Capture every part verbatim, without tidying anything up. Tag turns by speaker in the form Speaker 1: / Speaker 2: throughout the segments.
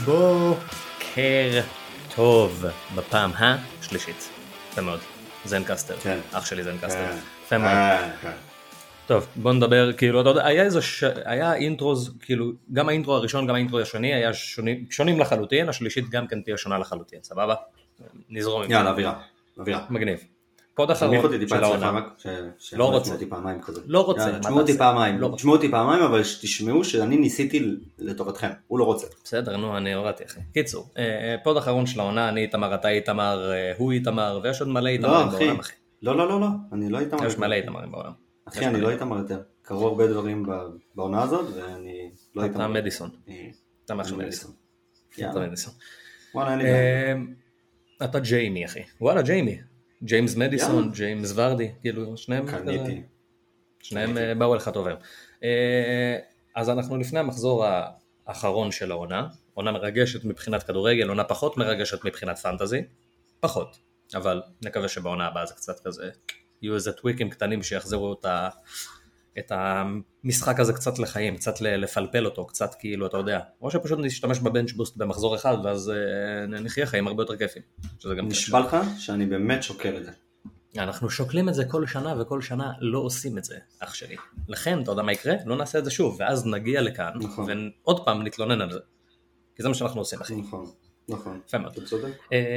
Speaker 1: בוקר טוב בפעם השלישית. יפה מאוד. זנקסטר,
Speaker 2: כן.
Speaker 1: אח שלי זנקסטר.
Speaker 2: כן.
Speaker 1: יפה מאוד.
Speaker 2: אה, כן.
Speaker 1: טוב, בוא נדבר, כאילו, אתה יודע, היה איזה, ש... היה אינטרוז, כאילו, גם האינטרו הראשון, גם האינטרו השני, היה שונים, שונים לחלוטין, השלישית גם כן תהיה שונה לחלוטין, סבבה? נזרום עם זה.
Speaker 2: יאללה, אווירה. אווירה.
Speaker 1: מגניב. פוד
Speaker 2: תמיך
Speaker 1: אחרון
Speaker 2: אותי טיפה
Speaker 1: של
Speaker 2: אצלך
Speaker 1: העונה.
Speaker 2: רק, ש- שיכול
Speaker 1: לא רוצה.
Speaker 2: לשמוע אותי פעמיים כזה.
Speaker 1: לא רוצה,
Speaker 2: יאללה,
Speaker 1: מה
Speaker 2: תשמעו אותי
Speaker 1: תעשה?
Speaker 2: פעמיים,
Speaker 1: לא רוצה.
Speaker 2: תשמעו אותי פעמיים, אבל תשמעו שאני ניסיתי לטובתכם, הוא לא רוצה.
Speaker 1: בסדר, נו, אני הורדתי אחי. קיצור, אה, פוד אחרון של העונה, אני איתמר, אתה איתמר, אה, הוא איתמר, ויש עוד מלא איתמרים
Speaker 2: לא, אחי.
Speaker 1: בעולם, אחי.
Speaker 2: לא, לא, לא, לא, אני לא איתמר.
Speaker 1: יש מלא איתמרים בעולם.
Speaker 2: אחי, אני לא איתמר יותר. קרו הרבה דברים ב- בעונה הזאת, ואני לא איתמר.
Speaker 1: אתה מדיסון.
Speaker 2: אני-
Speaker 1: אתה משהו
Speaker 2: אני
Speaker 1: מדיסון. אתה
Speaker 2: יאללה.
Speaker 1: מדיסון.
Speaker 2: וואלה, אין לי בעיה.
Speaker 1: אה, אתה ג'יימי, אחי. וואלה, ג'יימי. ג'יימס מדיסון,
Speaker 2: יאללה.
Speaker 1: ג'יימס ורדי, כאילו, שניהם כזה.
Speaker 2: קניתי.
Speaker 1: שניהם אה, באו אליך טוב היום. אה, אז אנחנו לפני המחזור האחרון של העונה, עונה מרגשת מבחינת כדורגל, עונה פחות מרגשת מבחינת פנטזי, פחות, אבל נקווה שבעונה הבאה זה קצת כזה, יהיו איזה טוויקים קטנים שיחזרו את, ה, את המשחק הזה קצת לחיים, קצת לפלפל אותו, קצת כאילו, אתה יודע, או שפשוט נשתמש בבנץ' בוסט במחזור אחד, ואז אה, נחיה חיים הרבה יותר כיפים. שזה גם
Speaker 2: נשבע לך שאני באמת שוקל את זה.
Speaker 1: אנחנו שוקלים את זה כל שנה, וכל שנה לא עושים את זה, אח שלי. לכן, אתה יודע מה יקרה? לא נעשה את זה שוב, ואז נגיע לכאן,
Speaker 2: נכון.
Speaker 1: ועוד פעם נתלונן על זה. כי זה מה שאנחנו עושים, אחי.
Speaker 2: נכון, נכון.
Speaker 1: יפה מאוד.
Speaker 2: אתה צודק.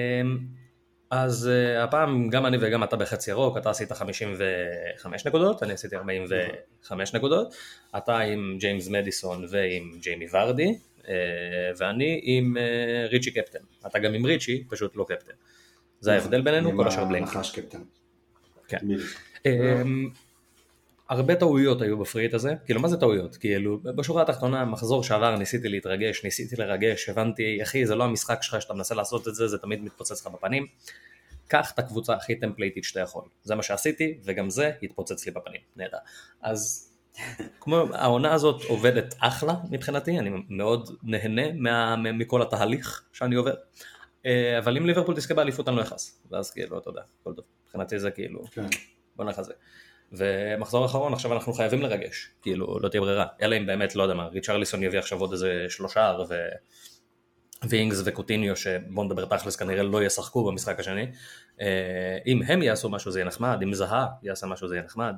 Speaker 1: אז uh, הפעם גם אני וגם אתה בחץ ירוק, אתה עשית חמישים וחמש נקודות, אני עשיתי ארבעים וחמש נקודות, אתה עם ג'יימס מדיסון ועם ג'יימי ורדי, uh, ואני עם uh, ריצ'י קפטן. אתה גם עם ריצ'י, פשוט לא קפטן. זה ההבדל בינינו, כל השאר בלנק.
Speaker 2: נחש קפטן.
Speaker 1: כן.
Speaker 2: בדיוק.
Speaker 1: אמ, הרבה טעויות היו בפריט הזה, כאילו מה זה טעויות? כאילו בשורה התחתונה, מחזור שעבר ניסיתי להתרגש, ניסיתי לרגש, הבנתי, אחי זה לא המשחק שלך שאתה מנסה לעשות את זה, זה תמיד מתפוצץ לך בפנים, קח את הקבוצה הכי טמפלייטית שאתה יכול, זה מה שעשיתי וגם זה התפוצץ לי בפנים, נהדר. אז כמו העונה הזאת עובדת אחלה מבחינתי, אני מאוד נהנה מה, מכל התהליך שאני עובר, אבל אם ליברפול תזכה באליפות אני לא יחס, ואז כאילו אתה יודע, כל טוב, מבחינתי זה כאילו,
Speaker 2: כן.
Speaker 1: בוא נלך על זה. ומחזור האחרון עכשיו אנחנו חייבים לרגש, כאילו לא תהיה ברירה, אלא אם באמת לא יודע מה, ריצ'רליסון יביא עכשיו עוד איזה שלושה ו... ואינגס וקוטיניו שבוא נדבר תכלס כנראה לא ישחקו במשחק השני, אם הם יעשו משהו זה יהיה נחמד, אם זהה יעשה משהו זה יהיה נחמד,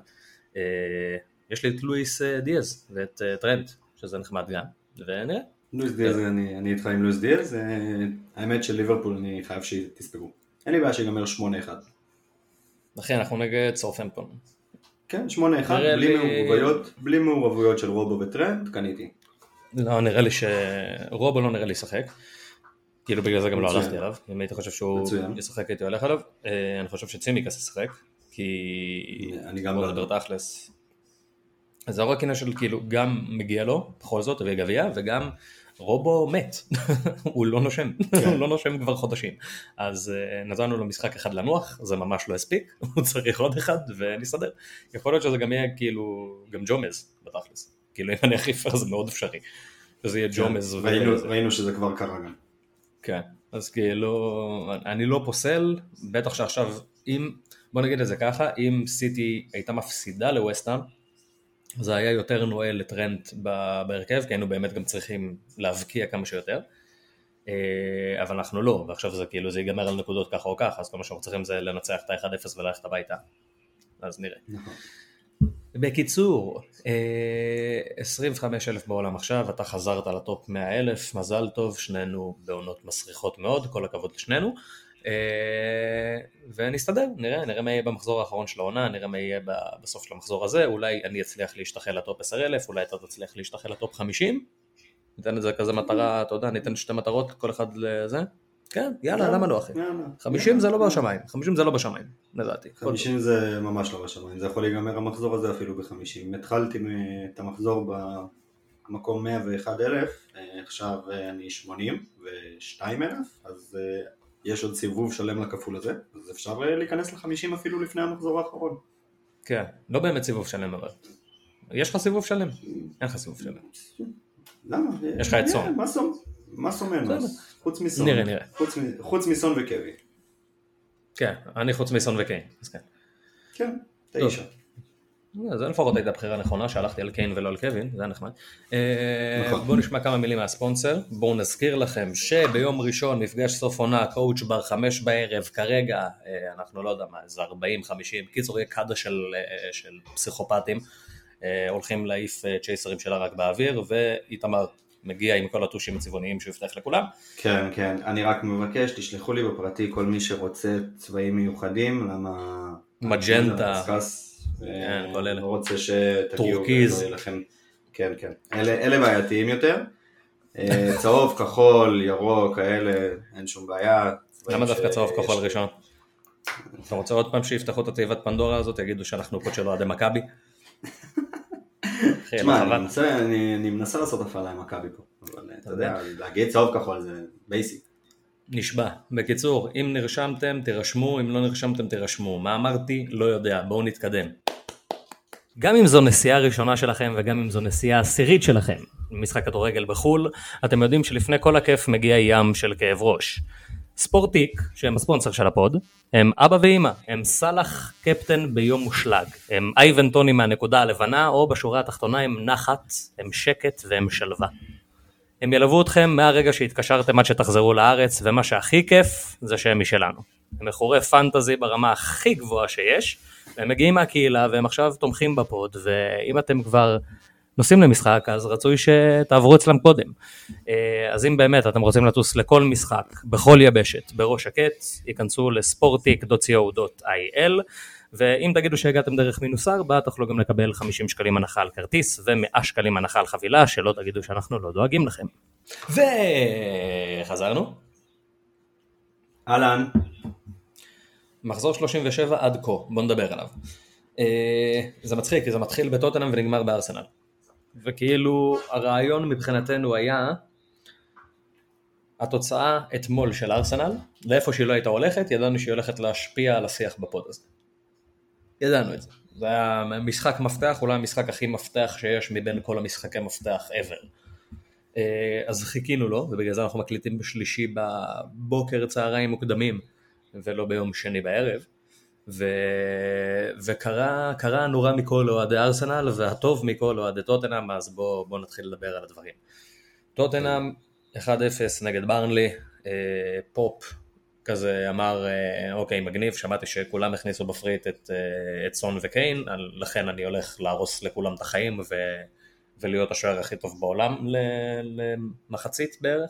Speaker 1: יש לי את לואיס דיאז ואת טרנט שזה נחמד גם, ונראה.
Speaker 2: לואיס דיאז, אני אני איתך עם לואיס דיאז, האמת של ליברפול אני חייב שתספגו, אין לי בעיה שיגמר שמונה אחד.
Speaker 1: אחי אנחנו נגד סאות'המפטון.
Speaker 2: כן, שמונה אחד, בלי
Speaker 1: לי...
Speaker 2: מעורבויות, בלי מעורבויות של רובו וטרנט, קניתי.
Speaker 1: לא, נראה לי שרובו לא נראה לי שחק, כאילו בגלל זה גם לא
Speaker 2: מצוין.
Speaker 1: הלכתי עליו, אם הייתי חושב שהוא
Speaker 2: מצוין.
Speaker 1: ישחק הייתי הולך עליו, אני חושב שצימיקס ישחק, כי
Speaker 2: אני גם
Speaker 1: בוא
Speaker 2: לא
Speaker 1: נדבר תכלס, אז זה רק עניין של כאילו גם מגיע לו בכל זאת וגביע, וגם רובו מת, הוא לא נושם, הוא לא נושם כבר חודשים, אז נתנו לו משחק אחד לנוח, זה ממש לא הספיק, הוא צריך עוד אחד ונסתדר, יכול להיות שזה גם יהיה כאילו גם ג'ומז בתכלס, כאילו אם אני הכי פייר זה מאוד אפשרי, שזה יהיה ג'ומז.
Speaker 2: ראינו שזה כבר קרה גם.
Speaker 1: כן, אז כאילו אני לא פוסל, בטח שעכשיו אם, בוא נגיד את זה ככה, אם סיטי הייתה מפסידה לווסטהאם, זה היה יותר נועל לטרנט בהרכב, כי היינו באמת גם צריכים להבקיע כמה שיותר, אבל אנחנו לא, ועכשיו זה כאילו זה ייגמר על נקודות ככה או ככה, אז כל מה שאנחנו צריכים זה לנצח את ה-אחד אפס וללכת הביתה, אז נראה. בקיצור, עשרים וחמישה אלף בעולם עכשיו, אתה חזרת לטופ מאה אלף, מזל טוב, שנינו בעונות מסריחות מאוד, כל הכבוד לשנינו, ונסתדר, נראה, נראה מה יהיה במחזור האחרון של העונה, נראה מה יהיה בסוף של המחזור הזה, אולי אני אצליח להשתחל לטופ עשרת אלפים, אולי אתה תצליח להשתחל לטופ חמישים, ניתן את זה כזה מטרה, אתה יודע, ניתן שתי מטרות, כל אחד לזה, כן, יאללה, למה לא אחי? חמישים זה לא בשמיים, חמישים זה לא בשמיים, לדעתי.
Speaker 2: חמישים זה ממש לא בשמיים, זה יכול להיגמר המחזור הזה אפילו ב-חמישים, התחלתי את המחזור במקום מאה ואחד אלף, עכשיו אני שמונים ושתיים אלף, אז יש עוד סיבוב שלם לכפול הזה, אז אפשר להיכנס ל-חמישים אפילו לפני המחזור האחרון.
Speaker 1: כן, לא באמת סיבוב שלם אבל. יש לך סיבוב שלם? אין לך סיבוב שלם.
Speaker 2: למה?
Speaker 1: יש לך את סון.
Speaker 2: מה סומן? חוץ מסון.
Speaker 1: נראה, נראה.
Speaker 2: חוץ מסון וקווי.
Speaker 1: כן, אני חוץ מסון וקיין, אז כן.
Speaker 2: כן, תשע.
Speaker 1: זה לפחות הייתה בחירה נכונה, שהלכתי על קיין ולא על קווין, זה היה נחמד. בואו נשמע כמה מילים מהספונסר, בואו נזכיר לכם שביום ראשון מפגש סוף עונה, קואוץ' בר חמש בערב, כרגע אנחנו לא יודע מה, זה ארבעים חמישים, קיצור יהיה קאדה של פסיכופטים, הולכים להעיף צ'ייסרים שלה רק באוויר, ואיתמר מגיע עם כל הטושים הצבעוניים שהוא יפתח לכולם.
Speaker 2: כן, כן, אני רק מבקש, תשלחו לי בפרטי כל מי שרוצה צבעים מיוחדים, למה...
Speaker 1: מג'נטה.
Speaker 2: לא רוצה שתגיעו לכם, כן כן, אלה בעייתיים יותר, צהוב, כחול, ירוק, כאלה, אין שום בעיה.
Speaker 1: למה דווקא צהוב כחול ראשון? אתה רוצה עוד פעם שיפתחו את התיבת פנדורה הזאת, יגידו שאנחנו פה של אוהדי מכבי?
Speaker 2: תשמע, אני מנסה לעשות הפעלה עם מכבי פה, אבל אתה יודע, להגיד צהוב כחול זה בייסיק.
Speaker 1: נשבע. בקיצור, אם נרשמתם תירשמו, אם לא נרשמתם תירשמו. מה אמרתי? לא יודע, בואו נתקדם. גם אם זו נסיעה ראשונה שלכם וגם אם זו נסיעה עשירית שלכם, משחק כדורגל בחול, אתם יודעים שלפני כל הכיף מגיע ים של כאב ראש. ספורטיק, שהם הספונסר של הפוד, הם אבא ואמא, הם סלח קפטן ביום מושלג, הם אייבן טוני מהנקודה הלבנה, או בשורה התחתונה הם נחת, הם שקט והם שלווה. הם ילוו אתכם מהרגע שהתקשרתם עד שתחזרו לארץ, ומה שהכי כיף זה שהם משלנו. הם מכורי פנטזי ברמה הכי גבוהה שיש, והם מגיעים מהקהילה והם עכשיו תומכים בפוד, ואם אתם כבר נוסעים למשחק, אז רצוי שתעברו אצלם קודם. אז אם באמת אתם רוצים לטוס לכל משחק, בכל יבשת, בראש שקט, ייכנסו לספורטיק דוט סי או דוט איי אל, ואם תגידו שהגעתם דרך מינוס ארבע, תוכלו גם לקבל חמישים שקלים הנחה על כרטיס, ו-מאה שקלים הנחה על חבילה, שלא תגידו שאנחנו לא דואגים לכם. וחזרנו.
Speaker 2: אהלן.
Speaker 1: מחזור שלושים ושבע עד כה, בוא נדבר עליו. זה מצחיק, כי זה מתחיל בטוטנהאם ונגמר בארסנל. וכאילו הרעיון מבחינתנו היה, התוצאה אתמול של ארסנל, לאיפה שהיא לא הייתה הולכת, ידענו שהיא הולכת להשפיע על השיח בפוד הזה. ידענו את זה. זה היה משחק מפתח, אולי המשחק הכי מפתח שיש מבין כל המשחקי מפתח ever. אז חיכינו לו, ובגלל זה אנחנו מקליטים בשלישי בבוקר צהריים מוקדמים, ולא ביום שני בערב. ו... וקרה קרה נורא מכל אוהדי ארסנל, והטוב מכל אוהדי טוטנהאם, אז בוא, בוא נתחיל לדבר על הדברים. טוטנהאם אחד אפס נגד ברנלי, פופ כזה אמר, אוקיי, מגניב, שמעתי שכולם הכניסו בפריט את, את סון וקיין, לכן אני הולך להרוס לכולם את החיים ו, ולהיות השוער הכי טוב בעולם למחצית בערך.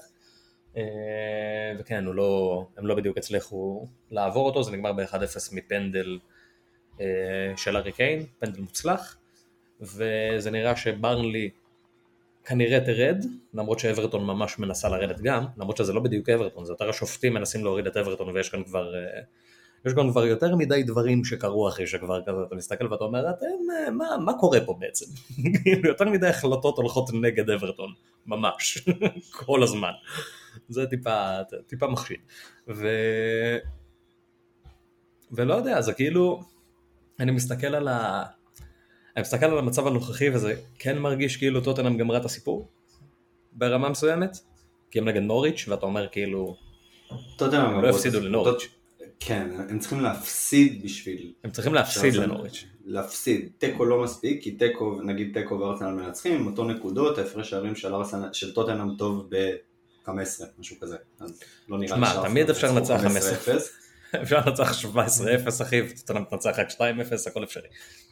Speaker 1: וכן, לא, הם לא בדיוק הצליחו לעבור אותו, זה נגמר ב-אחד אפס מפנדל של הארי קיין, פנדל מוצלח, וזה נראה שברנלי כנראה תרד, למרות שאברטון ממש מנסה לרדת גם, למרות שזה לא בדיוק אברטון, זה יותר השופטים מנסים להוריד את אברטון, ויש כאן כבר, יש כאן כבר יותר מדי דברים שקרו אחרי שכבר כזה, אתה מסתכל ואתה אומר, אתם, מה, מה קורה פה בעצם? יותר מדי החלטות הולכות נגד אברטון, ממש, כל הזמן. זה טיפה, טיפה מחשיד. ו... ולא יודע, זה כאילו, אני מסתכל על ה... אני מסתכל על המצב הנוכחי, וזה כן מרגיש כאילו טוטנהאם גמרה את הסיפור, ברמה מסוימת, כי הם נגד נוריץ', ואתה אומר כאילו,
Speaker 2: טוטנהאם
Speaker 1: לא הפסידו לנוריץ'.
Speaker 2: כן, הם צריכים להפסיד בשביל...
Speaker 1: הם צריכים להפסיד לנוריץ'.
Speaker 2: להפסיד, טקו לא מספיק, כי טקו, נגיד טקו וארסנל מנצחים, אותו נקודות, ההפרש שערים של ארסנל, של טוטנהאם טוב ב-חמש עשרה, משהו כזה. אז לא נראה
Speaker 1: לי שארסנל תמיד אפשר לנצח חמש עשרה אפס. אפשר לנצח שבע עשרה אפס, אחי, טוטנהאם תנצח רק שתיים אפס, הכל אפשרי.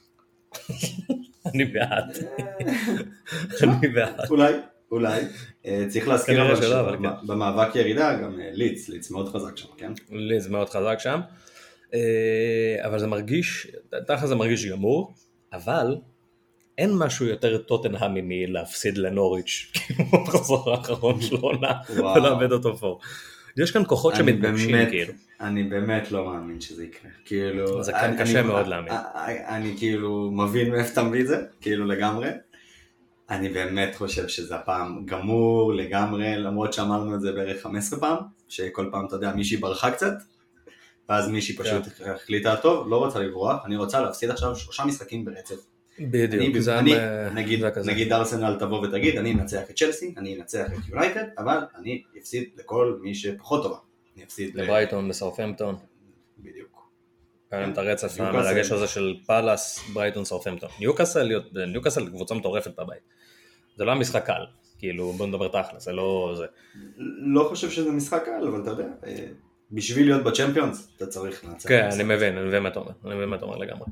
Speaker 1: אני בעד. אני בעד.
Speaker 2: אולי, אולי. צריך להזכיר במאבק ירידה, גם ליץ, ליץ מאוד חזק שם, כן?
Speaker 1: ליץ מאוד חזק שם. אבל זה מרגיש, תכף זה מרגיש גמור, אבל אין משהו יותר טוטנהאמי מלהפסיד לנוריץ', כמו בחזור האחרון של עונה, ולאבד אותו פה. יש כאן כוחות שמתגבשים, כאילו.
Speaker 2: אני באמת לא מאמין שזה יקרה. כאילו,
Speaker 1: זה כאן קשה מאוד להאמין.
Speaker 2: אני כאילו מבין מאיפה אתה מביא את זה, כאילו לגמרי. אני באמת חושב שזה הפעם גמור לגמרי, למרות שאמרנו את זה בערך חמש עשרה פעם, שכל פעם, אתה יודע, מישהי ברחה קצת, ואז מישהי פשוט החליטה טוב, לא רוצה לברוח, אני רוצה להפסיד עכשיו שלושה משחקים ברצף.
Speaker 1: בדיוק.
Speaker 2: נגיד ארסנל תבוא ותגיד, אני אנצח את צ'לסי, אני אנצח את יונייטד, אבל אני אפסיד לכל מי שפחות טובה.
Speaker 1: לברייטון, לסאות'המפטון.
Speaker 2: בדיוק.
Speaker 1: היה להם את הרצף המרגש הזה של פאלאס, ברייטון, סאות'המפטון. ניוקאסל, ניוקאסל קבוצה מטורפת בבית. זה לא משחק קל, כאילו בוא נדבר תכל'ס, זה לא זה.
Speaker 2: לא חושב שזה משחק קל, אבל אתה יודע, בשביל להיות בצ'מפיונס, אתה צריך לנצח.
Speaker 1: כן, אני מבין, אני מבין מה אתה אומר, אני מבין מה אתה אומר לגמרי.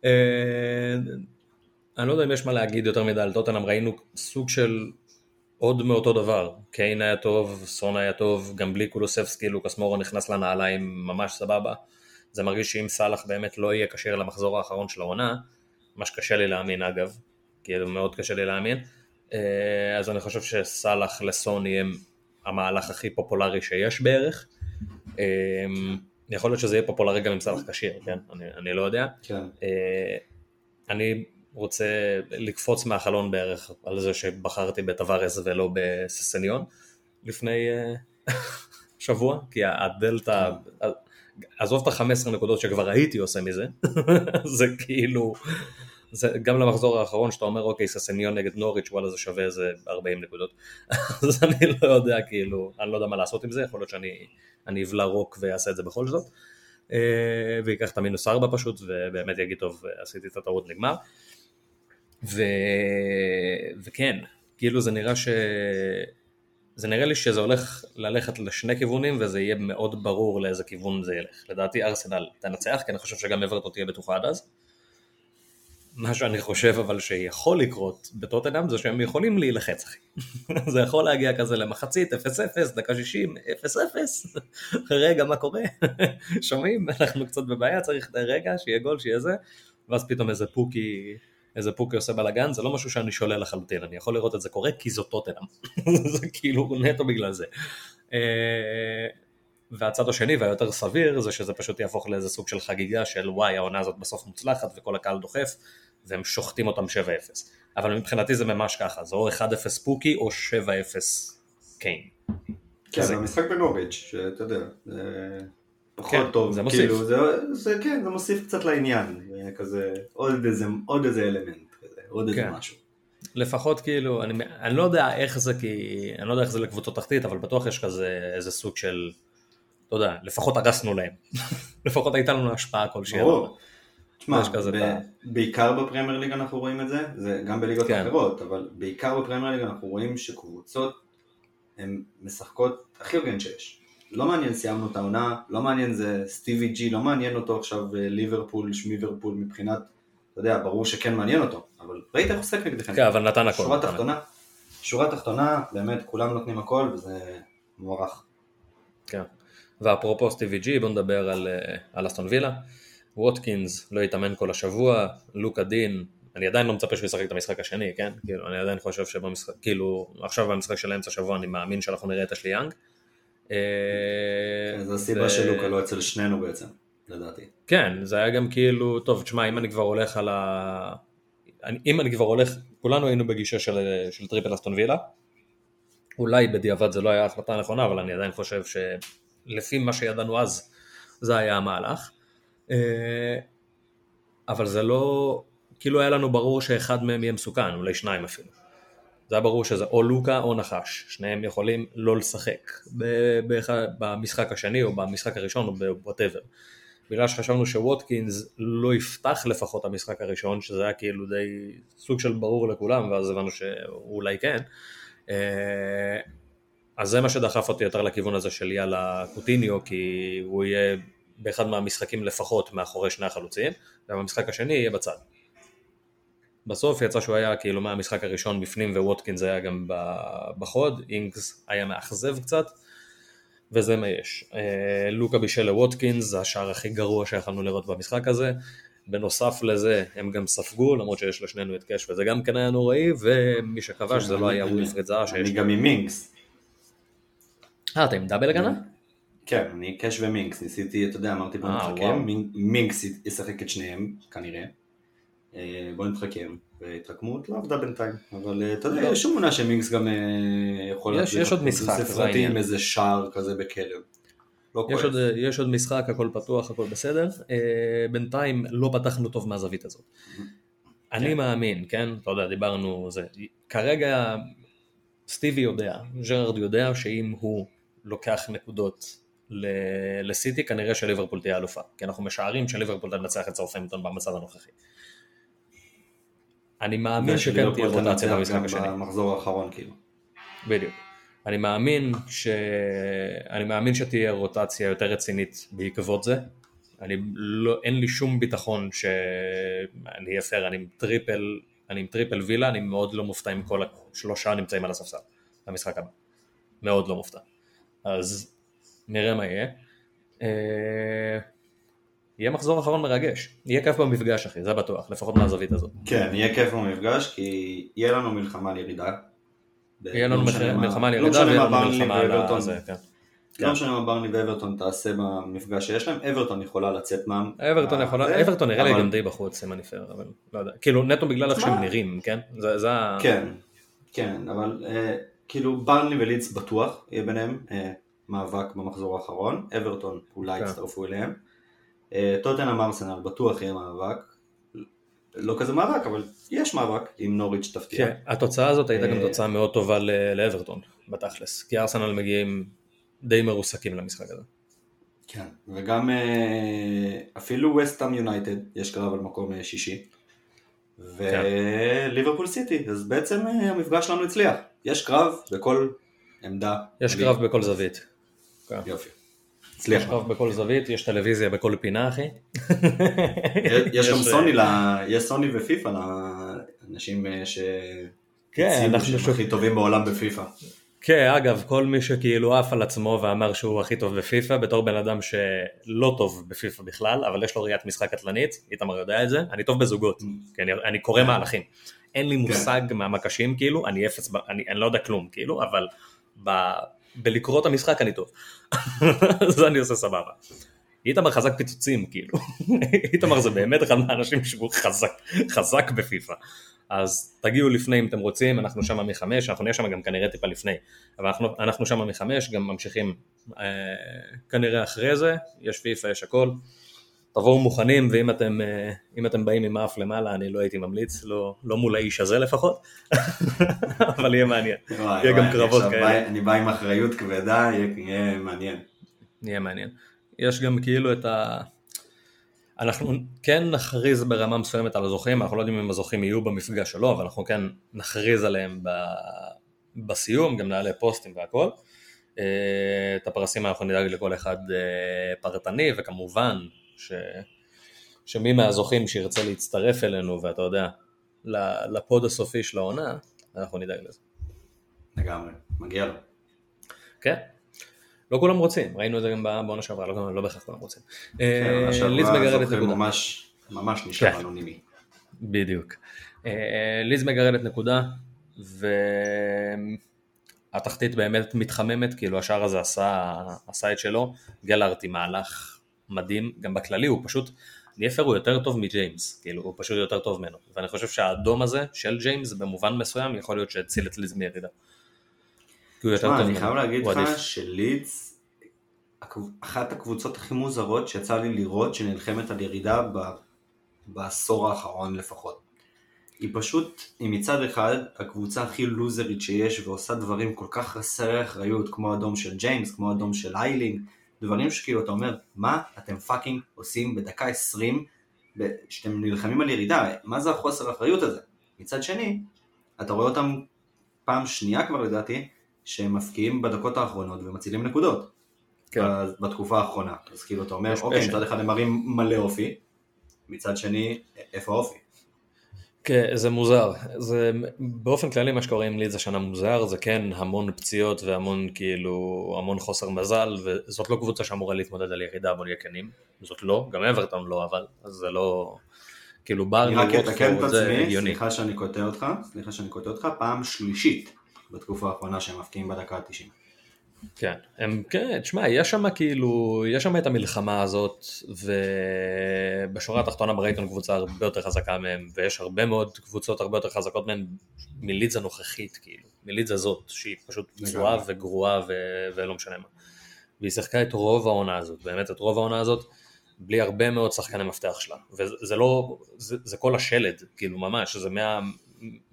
Speaker 1: אני לא יודע אם יש מה להגיד יותר מדי על טוטנהאם, ראינו סוג של עוד מאותו דבר, קיין היה טוב, סון היה טוב, גם בלי קולוספסקי, לוקאס מורה נכנס לנעליים ממש סבבה, זה מרגיש שאם סלאח באמת לא יהיה קשר למחזור האחרון של העונה, מה שקשה לי להאמין אגב, כאילו מאוד קשה לי להאמין, אז אני חושב שסלאח לסון יהיה המהלך הכי פופולרי שיש בערך, יכול להיות שזה יהיה פופולרי גם עם סלאח קשיר, כן? אני, אני לא יודע.
Speaker 2: כן.
Speaker 1: אני רוצה לקפוץ מהחלון בערך על זה שבחרתי בטווארס ולא בססניון לפני שבוע, כי הדלטה, עזוב את ה-חמש עשרה נקודות שכבר הייתי עושה מזה, זה כאילו, זה גם למחזור האחרון שאתה אומר אוקיי, ססניון נגד נוריץ' וואלה זה שווה איזה ארבעים נקודות, אז אני לא יודע כאילו, אני לא יודע מה לעשות עם זה, יכול להיות שאני אני אבלה רוק ויעשה את זה בכל זאת, ויקח את המינוס ארבע פשוט, ובאמת יגיד טוב, עשיתי את הטעות נגמר, ו... וכן, כאילו זה נראה ש... זה נראה לי שזה הולך ללכת לשני כיוונים, וזה יהיה מאוד ברור לאיזה כיוון זה ילך. לדעתי ארסנל תנצח, כי אני חושב שגם אברטון תהיה בטוחה עד אז. מה שאני חושב אבל שיכול לקרות בטוטנהאם, זה שהם יכולים להילחץ, אחי. זה יכול להגיע כזה למחצית, אפס אפס, דקה שישים, אפס אפס. רגע, מה קורה? שומעים? אנחנו קצת בבעיה, צריך רגע, שיהיה גול, שיהיה זה, ואז פתאום איזה פוקי... איזה פוקי עושה בלגן, זה לא משהו שאני שולל לחלוטין, אני יכול לראות את זה קורה, כי זו טוטנהאם, זה כאילו נטו בגלל זה. והצד השני והיותר סביר, זה שזה פשוט יהפוך לאיזה סוג של חגיגה של וואי, העונה הזאת בסוף מוצלחת, וכל הקהל דוחף, והם שוחטים אותם שבע אפס. אבל מבחינתי זה ממש ככה, זה או אחד אפס פוקי, או שבע אפס קיין.
Speaker 2: כן, זה המשחק בנוריץ', שאתה יודע, זה פחות טוב,
Speaker 1: זה מוסיף.
Speaker 2: כאילו, זה כן, זה מוסיף קצת לעניין, כזה, עוד איזה, עוד איזה אלמנט, כזה, עוד איזה משהו.
Speaker 1: לפחות כאילו, אני, אני לא יודע איך זה, כי אני לא יודע איך זה לקבוצות תחתית, אבל בטוח יש כזה איזה סוג של, אתה יודע, לפחות הרסנו להם, לפחות הייתה לנו השפעה כלשהי.
Speaker 2: ברור. תשמע, בעיקר בפרמייר ליג אנחנו רואים את זה, זה גם בליגות אחרות, אבל בעיקר בפרמייר ליג אנחנו רואים שקבוצות הן משחקות הכי הוגן שיש. לא מעניין סיימנו את העונה, לא מעניין זה סטיבי ג'י, לא מעניין אותו עכשיו ליברפול, שמיברפול מבחינת, אתה יודע, ברור שכן מעניין אותו, אבל ראית איך עוסק נגדכם.
Speaker 1: כן, אבל נתן הכל.
Speaker 2: שורה תחתונה, שורה תחתונה, באמת כולם נותנים הכל וזה מוערך.
Speaker 1: כן, ואפרופו סטיבי ג'י, בוא נדבר על, על אסטון וילה, ווטקינס לא יתאמן כל השבוע, לוקה דין, אני עדיין לא מצפה שהוא ישחק את המשחק השני, כן? כאילו, אני עדיין חושב שבמשחק, כאילו, עכשיו במשחק של אמצע שבוע אני מאמין שאנחנו נראה את אשלי יאנג.
Speaker 2: זו הסיבה שלוקה לא אצל שנינו בעצם, לדעתי.
Speaker 1: כן, זה היה גם כאילו, טוב, תשמע, אם אני כבר הולך על ה... אם אני כבר הולך, כולנו היינו בגישה של, של טריפל אסטון וילה, אולי בדיעבד זה לא היה החלטה נכונה, אבל אני עדיין חושב שלפי מה שידענו אז, זה היה המהלך. אבל זה לא, כאילו היה לנו ברור שאחד מהם יהיה מסוכן, אולי שניים אפילו. זה היה ברור שזה או לוקה או נחש, שניהם יכולים לא לשחק במשחק השני או במשחק הראשון או בווטאבר. בגלל שחשבנו שווטקינס לא יפתח לפחות המשחק הראשון, שזה היה כאילו די סוג של ברור לכולם, ואז הבנו שאולי כן. אז זה מה שדחף אותי יותר לכיוון הזה של יאללה קוטיניו, כי הוא יהיה באחד מהמשחקים לפחות מאחורי שני החלוצים, ובמשחק השני יהיה בצד. בסוף יצא שהוא היה כאילו מהמשחק הראשון בפנים, וווטקינס היה גם בחוד, אינגס היה מאכזב קצת, וזה מה יש. לוקה בישל לווטקינס, זה השער הכי גרוע שיכולנו לראות במשחק הזה, בנוסף לזה הם גם ספגו, למרות שיש לשנינו את קש, וזה גם כן היה נוראי, ומי שקבע שזה לא היה ווילפריד זאהה.
Speaker 2: אני גם עם מינקס.
Speaker 1: אה, אתה עם דאבל הגנה?
Speaker 2: כן, אני קש ומינקס, ניסיתי, אתה יודע, אמרתי בוא נתחכם, מינקס ישחק את שניהם, כנראה. בוא נתחכם, והתחכמות לא עבדה בינתיים, אבל אתה יודע, יש שום מונה שמינקס גם יכול להיות,
Speaker 1: יש עוד משחק,
Speaker 2: ספרתי עם איזה שער כזה בכלב.
Speaker 1: יש עוד משחק, הכל פתוח, הכל בסדר, בינתיים לא פתחנו טוב מהזווית הזאת. אני מאמין, כן, אתה יודע, דיברנו, כרגע סטיבי יודע, ג'רארד יודע שאם הוא לוקח נקודות לסיטי, כנראה שליברפול תהיה אלופה, כי אנחנו משערים שליברפול תנצח את סאות'המפטון במצב הנוכחי. אני מאמין שכן תהיה רוטציה במשחק השני.
Speaker 2: במחזור האחרון כאילו.
Speaker 1: בדיוק. אני מאמין ש... אני מאמין שתהיה רוטציה יותר רצינית בעקבות זה. אני לא... אין לי שום ביטחון שאני אהיה פייר, אני עם טריפל, אני עם טריפל וילה, אני מאוד לא מופתע עם כל השלושה נמצאים על הספסל במשחק הבא. מאוד לא מופתע. אז נראה מה יהיה. יהיה מחזור אחרון מרגש. יהיה כיף במפגש, אחי, זה בטוח, לפחות מהזווית הזאת.
Speaker 2: כן, יהיה כיף במפגש, כי יהיה לנו מלחמה על ירידה.
Speaker 1: יהיה לנו מלחמה על ירידה, ויהיה לנו מלחמה על זה, כן.
Speaker 2: לא משנה מה ברני ואברטון תעשה במפגש שיש להם, אברטון יכולה לצאת מה...
Speaker 1: אברטון יכולה, אברטון נראה לי גם די בחוץ, אם אני פייר, אבל לא יודע. כאילו, נטו בגלל איך שהם נראים, כן? זה ה...
Speaker 2: כן, כן, אבל כאילו ברני ולידס בטוח יהיה ביניהם מאבק במחזור האחרון, אברטון אולי יצטרפו אליהם. טוטנהאם ארסנל בטוח יהיה מאבק, לא כזה מאבק, אבל יש מאבק עם נוריץ' תפתיע.
Speaker 1: כן, התוצאה הזאת הייתה גם תוצאה מאוד טובה לאברטון, בתכלס, כי ארסנל מגיעים די מרוסקים למשחק הזה.
Speaker 2: כן, וגם אפילו וסט-האם יונייטד, יש קרב על מקום שישי, וליברפול סיטי, אז בעצם המפגש שלנו הצליח. יש קרב בכל עמדה.
Speaker 1: יש קרב בכל זווית.
Speaker 2: יופי.
Speaker 1: יש קרב בכל זווית, יש טלוויזיה בכל פינה, אחי.
Speaker 2: יש גם סוני, יש סוני ופיפה לאנשים שהציבו שהם הכי טובים בעולם בפיפה.
Speaker 1: כן, אגב, כל מי שכאילו עף על עצמו ואמר שהוא הכי טוב בפיפה, בתור בן אדם שלא טוב בפיפה בכלל, אבל יש לו ראיית משחק קטלנית, איתמר יודע את זה, אני טוב בזוגות, כי אני, אני קורא מהלכים. אין לי מושג מהמקשים, כאילו, אני אפס, אני, אני לא יודע כלום, כאילו, אבל ב, בלקרוא את המשחק אני טוב. אז אני עושה סבבה. איתמר חזק פיצוצים, כאילו. איתמר זה באמת אחד מהאנשים שהוא חזק, חזק בפיפה. אז תגיעו לפני אם אתם רוצים, אנחנו שם מחמש, אנחנו נהיה שם גם כנראה טיפה לפני, אבל אנחנו, אנחנו שם מחמש, גם ממשיכים אה, כנראה אחרי זה, יש פיפה, יש הכל, תבואו מוכנים, ואם אתם, אה, אם אתם באים עם אף למעלה, אני לא הייתי ממליץ, לא, לא מול האיש הזה לפחות, אבל יהיה מעניין,
Speaker 2: וואי,
Speaker 1: יהיה
Speaker 2: וואי,
Speaker 1: גם קרבות
Speaker 2: בא,
Speaker 1: כאלה.
Speaker 2: אני בא עם אחריות כבדה, יהיה, יהיה מעניין.
Speaker 1: יהיה מעניין. יש גם כאילו את ה... אנחנו כן נכריז ברמה מסוימת על הזוכים, אנחנו לא יודעים אם הזוכים יהיו במפגש או לא, אבל אנחנו כן נכריז עליהם ב... בסיום, גם נעלה פוסטים והכל. את הפרסים אנחנו נדאג לכל אחד פרטני, וכמובן ש... שמי מהזוכים שירצה להצטרף אלינו, ואתה יודע, לפוד הסופי של העונה, אנחנו נדאג לזה.
Speaker 2: לגמרי, מגיע לו.
Speaker 1: כן. לא כולם רוצים, ראינו את זה גם בעונה שעברה, לא, לא בהכרח כולם רוצים.
Speaker 2: ליז מגרדת נקודה. ממש, ממש נשאר אנונימי.
Speaker 1: בדיוק. ליז מגרדת נקודה, והתחתית באמת מתחממת, כאילו השאר הזה עשה, עשה את שלו, גלארט עם מהלך מדהים, גם בכללי הוא פשוט, ניפר הוא יותר טוב מג'יימס, כאילו הוא פשוט יותר טוב ממנו, ואני חושב שהאדום הזה של ג'יימס במובן מסוים יכול להיות שהציל את ליז מירידה.
Speaker 2: תשמע, אני חייב להגיד לך שלידס, אחת הקבוצות הכי מוזרות שיצא לי לראות שנלחמת על ירידה בעשור האחרון לפחות. היא פשוט, היא מצד אחד הקבוצה הכי לוזרית שיש ועושה דברים כל כך חסרי אחריות, כמו אדום של ג'יימס, כמו אדום של איילינג, דברים שכאילו אתה אומר, מה אתם פאקינג עושים בדקה עשרים שאתם נלחמים על ירידה, מה זה החוסר האחריות הזה? מצד שני, אתה רואה אותם פעם שנייה כבר לדעתי, שהם מפקיעים בדקות האחרונות ומצילים נקודות כן. בתקופה האחרונה. אז כאילו אתה אומר, אוקיי, מצד אחד הם מראים מלא אופי, מצד שני, איפה האופי?
Speaker 1: כן, זה מוזר. זה, באופן כללי מה שקורה עם לידס השנה מוזר, זה כן המון פציעות והמון כאילו, המון חוסר מזל, וזאת לא קבוצה שאמורה להתמודד על ירידה, בוא נהיה כנים. זאת לא, גם אברטון לא, אבל זה לא... כאילו בר
Speaker 2: לראות פה, זה הגיוני. סליחה שאני קוטע אותך, סליחה שאני קוטע אותך, פעם שלישית. בתקופה האחרונה שהם מפקיעים בדקה ה-תשעים.
Speaker 1: כן, הם, כן, תשמע, יש שם כאילו, יש שם את המלחמה הזאת, ובשורה התחתונה ברייטון קבוצה הרבה יותר חזקה מהם, ויש הרבה מאוד קבוצות הרבה יותר חזקות מהם מלידס הנוכחית, כאילו, מלידס הזאת, שהיא פשוט פצועה וגרועה ו- ולא משנה מה. והיא שיחקה את רוב העונה הזאת, באמת את רוב העונה הזאת, בלי הרבה מאוד שחקני מפתח שלה, וזה לא, זה, זה כל השלד, כאילו ממש, זה מה...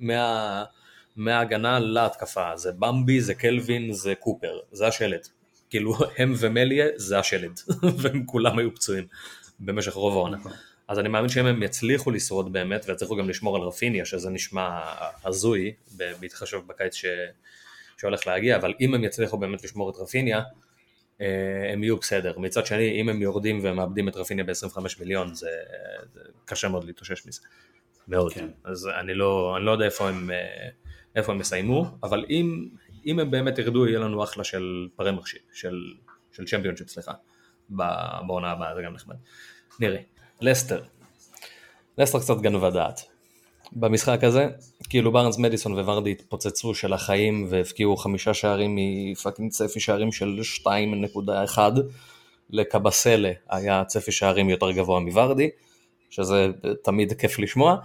Speaker 1: מה מההגנה להתקפה, זה במבי, זה קלווין, זה קופר, זה השלט. כאילו הם ומליה זה השלד, והם כולם היו פצועים במשך רוב העונה. אז אני מאמין שהם יצליחו לשרוד באמת, ויצליחו גם לשמור על רפיניה, שזה נשמע הזוי, בהתחשב בקיץ ש... שהולך להגיע, אבל אם הם יצליחו באמת לשמור את רפיניה, הם יהיו בסדר. מצד שני, אם הם יורדים והם מאבדים את רפיניה ב-עשרים וחמישה מיליון, זה, זה קשה מאוד להתאושש מזה. מאוד. כן. אז אני לא, אני לא יודע איפה הם, איפה הם מסיימו, אבל אם, אם הם באמת ירדו, יהיה לנו אחלה של פרי מחשיב, של, של צ'מפיונשיפ, סליחה, בעונה הבאה, זה גם נחמד. נראה. לסטר. לסטר קצת גנבה דעת. במשחק הזה, כאילו ברנס, מדיסון וורדי התפוצצו של החיים והפקיעו חמישה שערים מפאקינג צפי שערים של שתיים נקודה אחת, לקבסלה היה צפי שערים יותר גבוה מוורדי, שזה תמיד כיף לשמוע,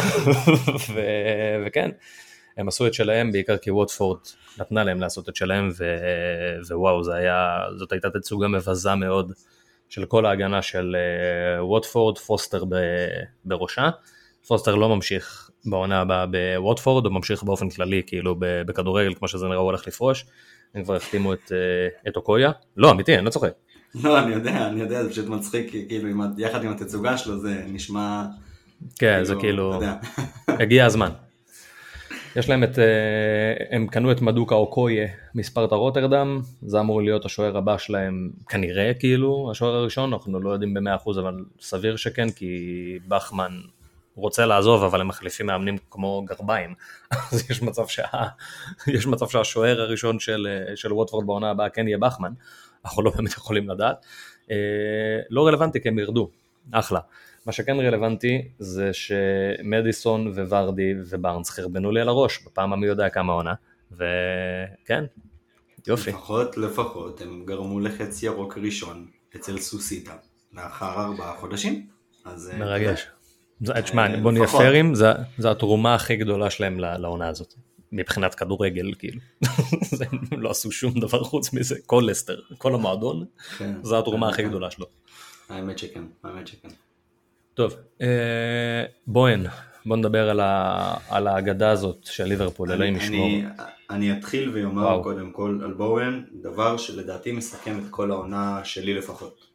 Speaker 1: ו- וכן, הם עשו את שלהם בעיקר כי ווטפורד נתנה להם לעשות את שלהם, ו- ווואו, זה היה, זאת הייתה תצוגה מבזה מאוד של כל ההגנה של ווטפורד, פוסטר בראשה, פוסטר לא ממשיך בעונה הבאה בווטפורד, הוא ממשיך באופן כללי, כאילו בכדורגל, כמו שזה נראה, הוא הולך לפרוש, הם כבר החתימו את, את אוקויה, לא, אמיתי, אני לא צוחק.
Speaker 2: לא, אני יודע, אני יודע, זה פשוט מצחיק, כאילו, יחד עם התצוגה שלו, זה נשמע...
Speaker 1: כן, זה כאילו, הגיע הזמן. יש להם את, הם קנו את מדוקה אוקויה מספרטה רוטרדם, זה אמור להיות השוער הבא שלהם, כנראה, כאילו, השוער הראשון, אנחנו לא יודעים ב-מאה אחוז, אבל סביר שכן, כי בחמן רוצה לעזוב, אבל הם מחליפים מאמנים כמו גרביים, אז יש מצב, שה, יש מצב שהשוער הראשון של, של ווטפורד בעונה הבאה כן יהיה בחמן, אנחנו לא באמת יכולים לדעת, לא רלוונטי כי הם ירדו, אחלה. מה שכן רלוונטי זה שמדיסון וורדי וברנס חרבנו לי על הראש, בפעם המי יודע כמה עונה, וכן, יופי.
Speaker 2: לפחות, לפחות, הם גרמו לחץ ירוק ראשון אצל סוסיטה, לאחר ארבעה חודשים.
Speaker 1: מרגש. תשמע, בוא נהיה פיירים, זו התרומה הכי גדולה שלהם לעונה הזאת. מבחינת כדורגל, כאילו, הם לא עשו שום דבר חוץ מזה, כל לסטר, כל המועדון, זו התרומה הכי גדולה שלו.
Speaker 2: האמת שכן, האמת שכן.
Speaker 1: טוב, בואן, בוא נדבר על ההגדה הזאת של ליברפול, אלוהים ישמור.
Speaker 2: אני אתחיל ויאמר קודם כל על בואן, דבר שלדעתי מסכם את כל העונה שלי לפחות.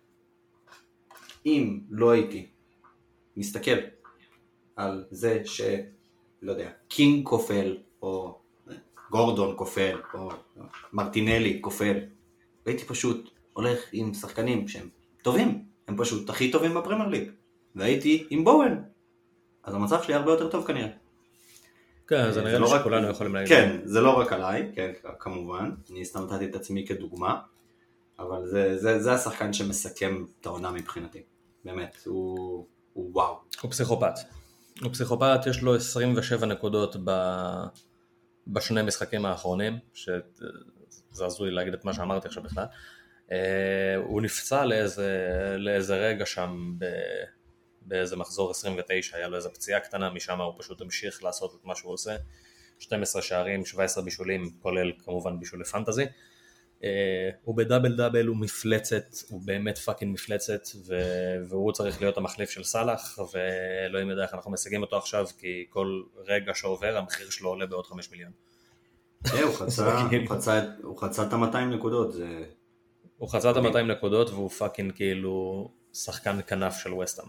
Speaker 2: אם לא הייתי מסתכל על זה ש... לא יודע, קינג כופל, או גורדון כופל, או מרטינלי כופל, והייתי פשוט הולך עם שחקנים שהם טובים, הם פשוט הכי טובים בפרמייר ליג, והייתי עם בואן, אז המצב שלי הרבה יותר טוב כנראה.
Speaker 1: כן, זה נראה לי שכולנו יכולים להגיד.
Speaker 2: כן, זה לא רק עליי, כן, כמובן, אני הסתמתתי את עצמי כדוגמה, אבל זה, זה, זה השחקן שמסכם את העונה מבחינתי, באמת, הוא, הוא וואו.
Speaker 1: הוא פסיכופת. הוא פסיכופת, יש לו עשרים ושבע נקודות בשני משחקים האחרונים, שזה עזוי להגיד את מה שאמרתי עכשיו בכלל. הוא נפצע לאיזה, לאיזה רגע שם באיזה מחזור עשרים ותשע, היה לו איזה פציעה קטנה, משם הוא פשוט המשיך לעשות את מה שהוא עושה. שנים עשר שערים, שבע עשרה בישולים, כולל כמובן בישולי פנטזי. הוא בדאבל דאבל, הוא מפלצת, הוא באמת פאקינג מפלצת, והוא צריך להיות המחליף של סלאח, ואלוהים יודע איך אנחנו משיגים אותו עכשיו, כי כל רגע שעובר המחיר שלו עולה בעוד חמישה מיליון.
Speaker 2: הוא חצה את ה-מאתיים נקודות.
Speaker 1: הוא חצה את ה-מאתיים נקודות, והוא פאקינג כאילו שחקן כנף של ווסטהאם.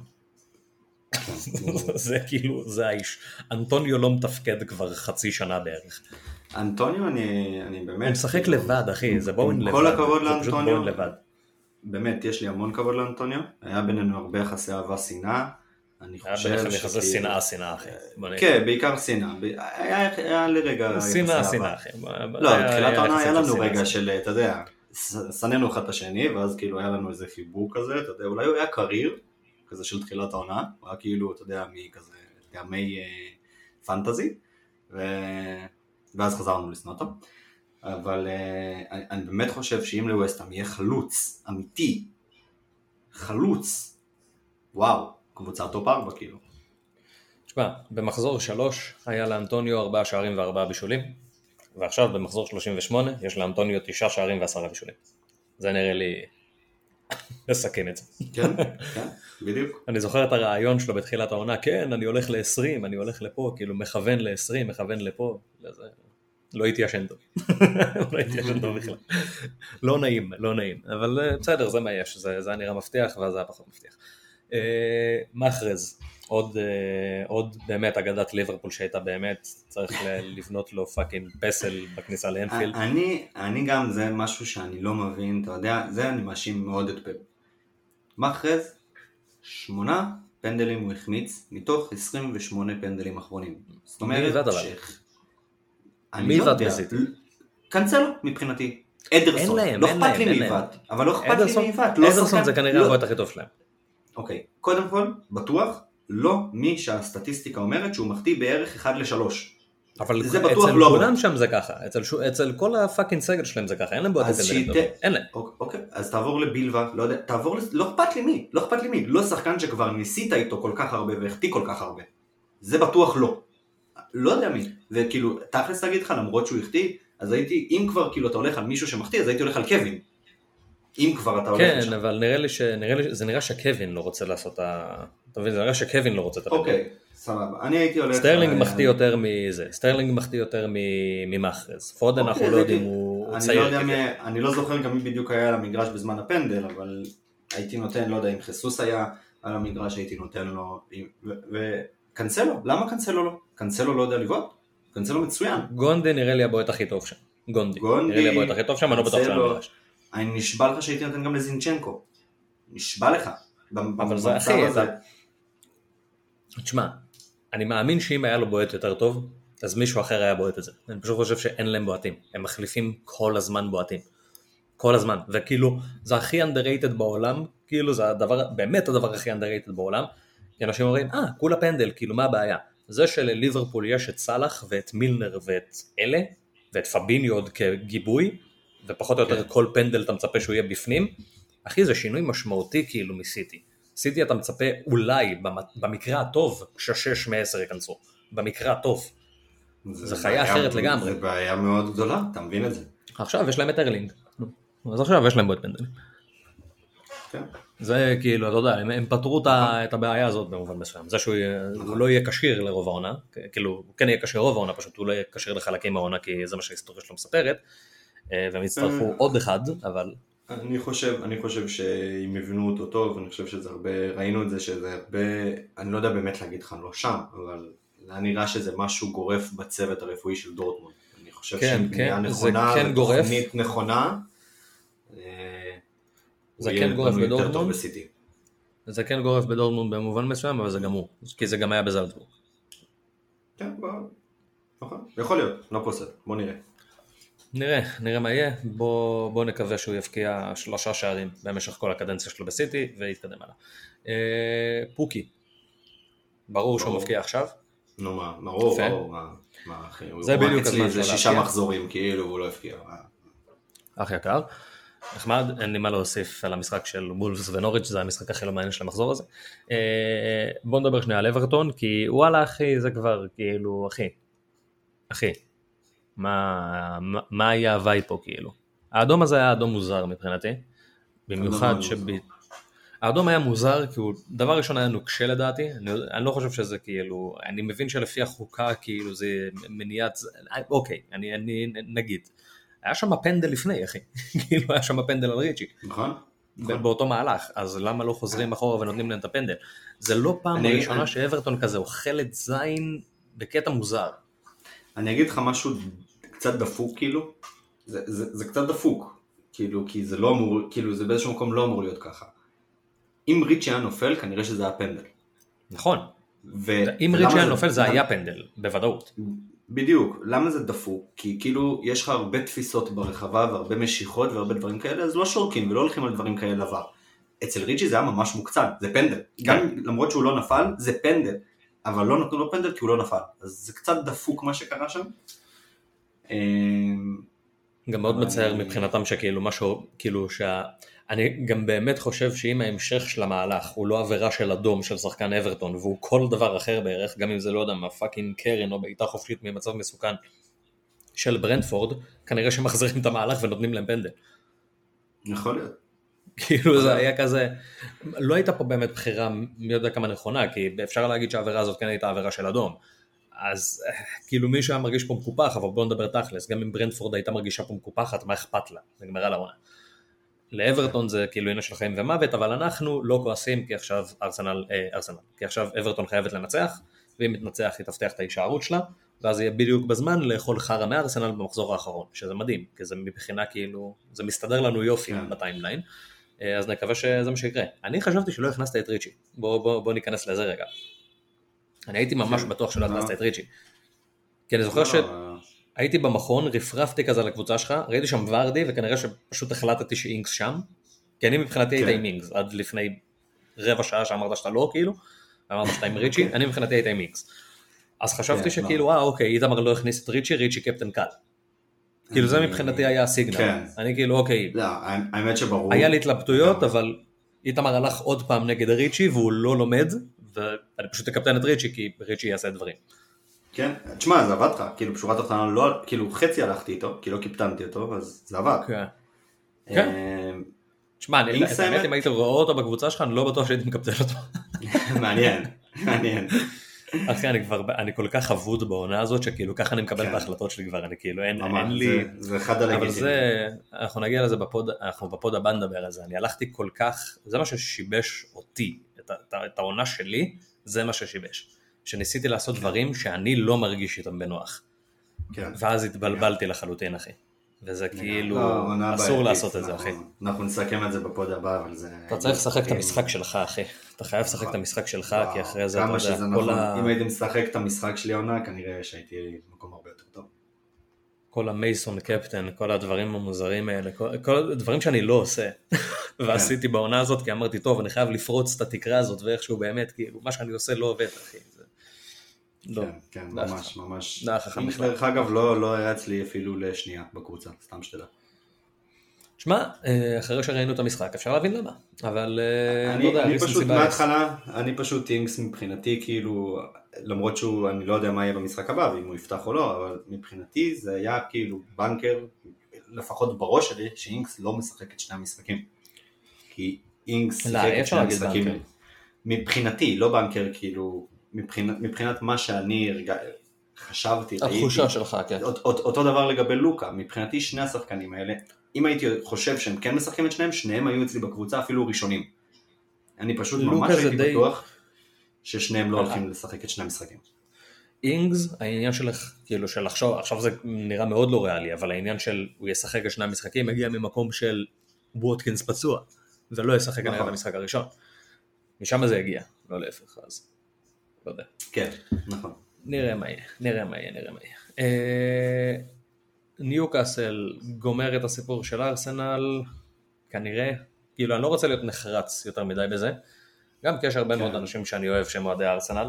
Speaker 1: זה כאילו, זה האיש. אנטוניו לא מתפקד כבר חצי שנה בערך.
Speaker 2: אנטוניו, אני, אני באמת...
Speaker 1: הוא משחק לבד, אחי, זה בואן לבד.
Speaker 2: כל הכבוד לאנטוניו. באמת, יש לי המון כבוד לאנטוניו. היה בינינו הרבה יחסי אהבה שנאה. אני חושב... היה בינינו
Speaker 1: יחסי שנאה, שנאה, אחי.
Speaker 2: כן, בעיקר שנאה. היה לרגע יחסי אהבה.
Speaker 1: שנאה, שנאה, אחי.
Speaker 2: לא, בתחילת העונה היה לנו רגע של, אתה יודע, שנאנו אחד את השני, ואז כאילו היה לנו איזה חיבור כזה, אתה יודע, אולי הוא היה קריר, כזה של תחילת העונה. הוא היה כאילו, אתה יודע, מי כזה, טעמי פנטזי. ו... ואז חזרנו לשנוא אותו, אבל uh, אני, אני באמת חושב שאם לווסטהאם יהיה חלוץ אמיתי, חלוץ, וואו, קבוצה טופ ארבע כאילו.
Speaker 1: תשמע, במחזור שלוש היה לאנטוניו ארבעה שערים וארבעה בישולים, ועכשיו במחזור שלושים ושמונה יש לאנטוניו תשעה שערים ועשרה בישולים. זה נראה לי לסכם את זה.
Speaker 2: כן, כן, בדיוק.
Speaker 1: אני זוכר את הרעיון שלו בתחילת העונה, כן, אני הולך ל-עשרים, אני הולך לפה, כאילו מכוון ל-עשרים, מכוון לפה, לזה. לא הייתי ישן טוב. לא הייתי ישן טוב בכלל. לא נעים, לא נעים. אבל בסדר, זה מה יש. זה היה נראה מבטיח, ואז זה היה פחות מבטיח. מחרז, עוד, עוד באמת אגדת ליברפול שהייתה באמת, צריך לבנות לו פאקינג פסל בכניסה לאנפילד.
Speaker 2: אני, אני גם, זה משהו שאני לא מבין, אתה יודע, זה אני מאשים מאוד את פפ. מחרז, שמונה פנדלים הוא החמיץ, מתוך עשרים ושמונה פנדלים אחרונים. זאת אומרת, ש...
Speaker 1: מי עבד בסיטי?
Speaker 2: קנצלו מבחינתי. אדרסון, לא אכפת לי מעיבד, אבל לא אכפת לי מעיבד.
Speaker 1: אדרסון זה כנראה הבועט הכי טוב שלהם.
Speaker 2: אוקיי, קודם כל, בטוח, לא מי שהסטטיסטיקה אומרת שהוא מחטיא בערך אחד לשלוש.
Speaker 1: אבל אצל כולם שם זה ככה, אצל כל הפאקינג סגל שלהם זה ככה, אין להם בועטים פנדלים טובים, אין להם.
Speaker 2: אוקיי, אז תעבור לבילבה, לא יודע, תעבור, לא אכפת לי מי, לא אכפת לי מי, לא שחקן שכבר ניסית איתו כל כך הרבה והחטיא כל כך הרבה. זה בטוח לא. לא יודע מי, וכאילו, תכלס להגיד לך, למרות שהוא החטיא, אז הייתי, אם כבר כאילו אתה הולך על מישהו שמחטיא, אז הייתי הולך על קווין. אם כבר אתה הולך
Speaker 1: לשם. כן, אבל נראה לי ש... נראה לי... זה נראה שקווין לא רוצה לעשות ה... אתה מבין, זה נראה שקווין לא רוצה את הפנדל.
Speaker 2: אוקיי, סבבה. אני הייתי הולך...
Speaker 1: סטרלינג מחטיא יותר מזה, סטרלינג מחטיא יותר ממחרז. פודן אנחנו לא יודעים, הוא צעיר.
Speaker 2: אני לא זוכר גם מי בדיוק היה על המגרש בזמן הפנדל, אבל הייתי נותן, לא יודע, אם חיסוס היה על המגרש, הייתי נותן לו... וקנצלו, למה קנצלו לא? קנצלו לא יודע לבעוט? קנצלו מצוין.
Speaker 1: גונדי נראה לי הבועט הכי טוב שם. גונדי. נראה לי הבועט הכי טוב שם, אני לא בטוח של המגרש.
Speaker 2: אני נשבע לך שהייתי נותן גם לזינצ'נקו. נשבע לך.
Speaker 1: אבל זה הכי... תשמע, אני מאמין שאם היה לו בועט יותר טוב, אז מישהו אחר היה בועט את זה. אני פשוט חושב שאין להם בועטים. הם מחליפים כל הזמן בועטים. כל הזמן. וכאילו, זה הכי underrated בעולם. כאילו, זה הדבר, באמת הדבר הכי underrated בעולם. כי אנשים אומרים, אה, כולה פנדל, כאילו, מה הבעיה? זה שלליברפול יש את סלאח ואת מילנר ואת אלה, ואת פביניו עוד כגיבוי, ופחות או יותר כל פנדל אתה מצפה שהוא יהיה בפנים. אחי, זה שינוי משמעותי כאילו מסיטי. סיטי אתה מצפה אולי, במקרה הטוב, ששש מעשר ייכנסו. במקרה הטוב. זה חיה אחרת לגמרי.
Speaker 2: זה בעיה מאוד גדולה, אתה מבין את זה.
Speaker 1: עכשיו יש להם את ארלינג. אז עכשיו יש להם בו את פנדלים.
Speaker 2: כן.
Speaker 1: זה כאילו, אתה יודע, הם פתרו את הבעיה הזאת במובן מסוים. זה שהוא לא יהיה קשיר לרוב העונה, כאילו, הוא כן יהיה קשיר לרוב העונה, פשוט הוא לא יהיה קשיר לחלקים מהעונה, כי זה מה שההיסטוריה שלו מספרת, והם יצטרפו עוד אחד, אבל...
Speaker 2: אני חושב, אני חושב שאם יבנו אותו טוב, אני חושב שזה הרבה, ראינו את זה שזה הרבה, אני לא יודע באמת להגיד לך לא שם, אבל זה נראה שזה משהו גורף בצוות הרפואי של דורטמונד. אני חושב
Speaker 1: כן,
Speaker 2: שבנייה נכונה,
Speaker 1: כן גורף.
Speaker 2: תוכנית נכונה,
Speaker 1: זה כן גורף בדורטמונד, זה כן גורף בדורטמונד במובן מסוים, אבל זה גם הוא, כי זה גם היה בזלצבורג.
Speaker 2: כן, נכון, יכול להיות, לא פוסל, בוא נראה.
Speaker 1: נראה, נראה מה יהיה, בוא, בוא נקווה שהוא יפקיע שלושה שערים במשך כל הקדנציה שלו בסיטי, ויתקדם הלאה. אה, פוקי, ברור שהוא מפקיע עכשיו?
Speaker 2: נו מה, ברור, ברור, מה, מה אחי,
Speaker 1: זה בדיוק הזמן
Speaker 2: זה שישה מחזורים, כאילו הוא לא הפקיע.
Speaker 1: אח יקר. נחמד, אין לי מה להוסיף על המשחק של וולפס ונוריץ', זה המשחק הכי לא מעניין של המחזור הזה. בוא נדבר שנייה על אברטון, כי וואלה אחי, זה כבר כאילו, אחי, אחי, מה, מה היה הווי פה כאילו? האדום הזה היה אדום מוזר מבחינתי, במיוחד שב... האדום היה מוזר, כי הוא דבר ראשון היה נוקשה לדעתי, אני, אני לא חושב שזה כאילו, אני מבין שלפי החוקה כאילו זה מניעת, אוקיי, אני, אני נגיד, היה שם פנדל לפני, אחי. כאילו היה שם פנדל על ריצ'י.
Speaker 2: נכון.
Speaker 1: באותו מהלך. אז למה לא חוזרים אחורה ונותנים להם את הפנדל? זה לא פעם ראשונה שאברטון כזה אוכל את זין בקטע מוזר.
Speaker 2: אני אגיד לך משהו קצת דפוק, כאילו. זה קצת דפוק. כאילו, כי זה לא אמור, כאילו, זה באיזשהו מקום לא אמור להיות ככה. אם ריצ'י היה נופל, כנראה שזה היה פנדל.
Speaker 1: נכון. אם ריצ'י היה נופל, זה היה פנדל, בוודאות.
Speaker 2: בדיוק, למה זה דפוק? כי כאילו יש לך הרבה תפיסות ברחבה והרבה משיכות והרבה דברים כאלה, אז לא שורקים ולא הולכים על דברים כאלה לבד. אצל ריצ'י זה היה ממש מוקצן, זה פנדל. גם למרות שהוא לא נפל, זה פנדל. אבל לא נתנו לו פנדל כי הוא לא נפל. אז זה קצת דפוק מה שקרה שם.
Speaker 1: גם מאוד מצער מבחינתם שכאילו משהו, כאילו שה... אני גם באמת חושב שאם ההמשך של המהלך הוא לא עבירה של אדום של שחקן אברטון, והוא כל דבר אחר בערך, גם אם זה לא יודע מה פאקינג קרן או בעיטה חופשית ממצב מסוכן של ברנטפורד, כנראה שמחזירים את המהלך ונותנים להם פנדל.
Speaker 2: יכול להיות.
Speaker 1: כאילו זה היה כזה, לא הייתה פה באמת בחירה מי יודע כמה נכונה, כי אפשר להגיד שהעבירה הזאת כן הייתה עבירה של אדום, אז כאילו מישהו היה מרגיש פה מקופח, אבל בואו נדבר תכלס, גם אם ברנדפורד הייתה מרגישה פה מקופחת, מה אכפת לה? נגמרה לעונה. לאברטון זה כאילו עניין של חיים ומוות, אבל אנחנו לא כועסים כי עכשיו ארסנל, אה, ארסנל, כי עכשיו אברטון חייבת לנצח, ואם מתנצח היא תבטיח את ההישארות שלה, ואז יהיה בדיוק בזמן לאכול חרא מארסנל במחזור האחרון, שזה מדהים, כי זה מבחינה כאילו, זה מסתדר לנו יופי yeah. בטיימליין, אז נקווה שזה מה שיקרה. אני חשבתי שלא הכנסת את ריצ'י, בוא, בוא, בוא ניכנס לזה רגע. אני הייתי ממש בטוח שלא הכנסת את ריצ'י, כי אני זוכר שהייתי במכון, רפרפתי כזה לקבוצה שלך, ראיתי שם ורדי, וכנראה שפשוט החלטתי שאינגס שם, כי אני מבחינתי הייתי עם אינגס, עד לפני רבע שעה שאמרת שאתה לא, כאילו, אמרת שאתה עם ריצ'י, אני מבחינתי הייתי עם אינגס. אז חשבתי שכאילו, אה, אוקיי, איתמר לא הכניס את ריצ'י, ריצ'י קפטן קל. כאילו זה מבחינתי היה הסיגנל. אני כאילו, אוקיי, היה לי התלבטויות, אבל איתמר הלך עוד פעם נגד ריצ'י, והוא לא לומד, ואני פשוט אקפטן את ריצ'י, כי ריצ'י יעשה דברים.
Speaker 2: כן, תשמע, זה עבד לך, כאילו בשורה התחתונה, לא, כאילו חצי הלכתי איתו, כי לא קיפטנתי אותו, אז זה עבד.
Speaker 1: כן. תשמע, האמת אם הייתי רואה אותו בקבוצה שלך, אני לא בטוח שהייתי מקפטן אותו.
Speaker 2: מעניין, מעניין.
Speaker 1: אחי, אני כבר, אני כל כך חבוד בעונה הזאת, שכאילו ככה אני מקבל את ההחלטות שלי כבר, אני כאילו, אין לי...
Speaker 2: זה אחד הלגיטימי.
Speaker 1: אבל זה, אנחנו נגיע לזה בפוד, אנחנו בפוד הבא נדבר על זה, אני הלכתי כל כך, זה מה ששיבש אותי, את העונה שלי, זה מה ששיבש. שניסיתי לעשות דברים שאני לא מרגיש איתם בנוח. ואז התבלבלתי לחלוטין, אחי. וזה כאילו, אסור לעשות את זה, אחי.
Speaker 2: אנחנו נסכם את זה בפוד הבא, אבל זה...
Speaker 1: אתה צריך לשחק את המשחק שלך, אחי. אתה חייב לשחק את המשחק שלך, כי אחרי זה,
Speaker 2: אתה יודע, כל ה... אם הייתי משחק את המשחק שלי העונה, כנראה שהייתי במקום הרבה יותר טוב.
Speaker 1: כל המייסון קפטן, כל הדברים המוזרים האלה, כל הדברים שאני לא עושה, ועשיתי בעונה הזאת, כי אמרתי, טוב, אני חייב לפרוץ את התקרה הזאת, ואיכשהו באמת, כאילו, מה שאני עושה לא עובד, אחי.
Speaker 2: כן, כן, ממש, ממש. דרך אגב, לא היה אצלי אפילו לשנייה בקבוצה, סתם שתדע.
Speaker 1: שמע, אחרי שראינו את המשחק, אפשר להבין למה, אבל...
Speaker 2: אני פשוט מההתחלה, אני פשוט אינגס מבחינתי, כאילו, למרות שהוא, אני לא יודע מה יהיה במשחק הבא, ואם הוא יפתח או לא, אבל מבחינתי זה היה כאילו בנקר, לפחות בראש שלי, שאינגס לא משחק את שני המשחקים. כי אינגס שיחק את שני המשחקים. מבחינתי, לא בנקר, כאילו... מבחינת, מבחינת מה שאני הרגע, חשבתי,
Speaker 1: התחושה ראיתי, שלך, כן.
Speaker 2: אותו, אותו דבר לגבי לוקה, מבחינתי שני השחקנים האלה, אם הייתי חושב שהם כן משחקים את שניהם, שניהם היו אצלי בקבוצה אפילו ראשונים. אני פשוט ממש הייתי די... בטוח ששניהם לא הולכים לשחק את שני המשחקים.
Speaker 1: אינגס, העניין של, כאילו, של לחשוב, עכשיו זה נראה מאוד לא ריאלי, אבל העניין של הוא ישחק את שני המשחקים, מגיע ממקום של ווטקינס פצוע, ולא ישחק נכון. את המשחק הראשון. משם זה יגיע, לא להפך, אז... לא יודע.
Speaker 2: כן, נכון.
Speaker 1: נראה מה יהיה, נראה מה יהיה, נראה מה יהיה. ניוקאסל גומר את הסיפור של ארסנל, כנראה, כאילו אני לא רוצה להיות נחרץ יותר מדי בזה, גם כי יש הרבה מאוד אנשים שאני אוהב שהם אוהדי ארסנל,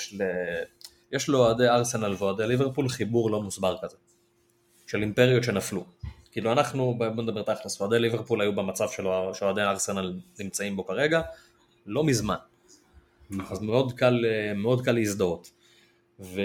Speaker 1: ויש לו אוהדי ארסנל ואוהדי ליברפול חיבור לא מוסבר כזה, של אימפריות שנפלו. כאילו אנחנו, בוא נדבר תכלס, אוהדי ליברפול היו במצב שאוהדי ארסנל נמצאים בו כרגע, לא מזמן. אז מאוד קל, מאוד קל להזדהות. וכן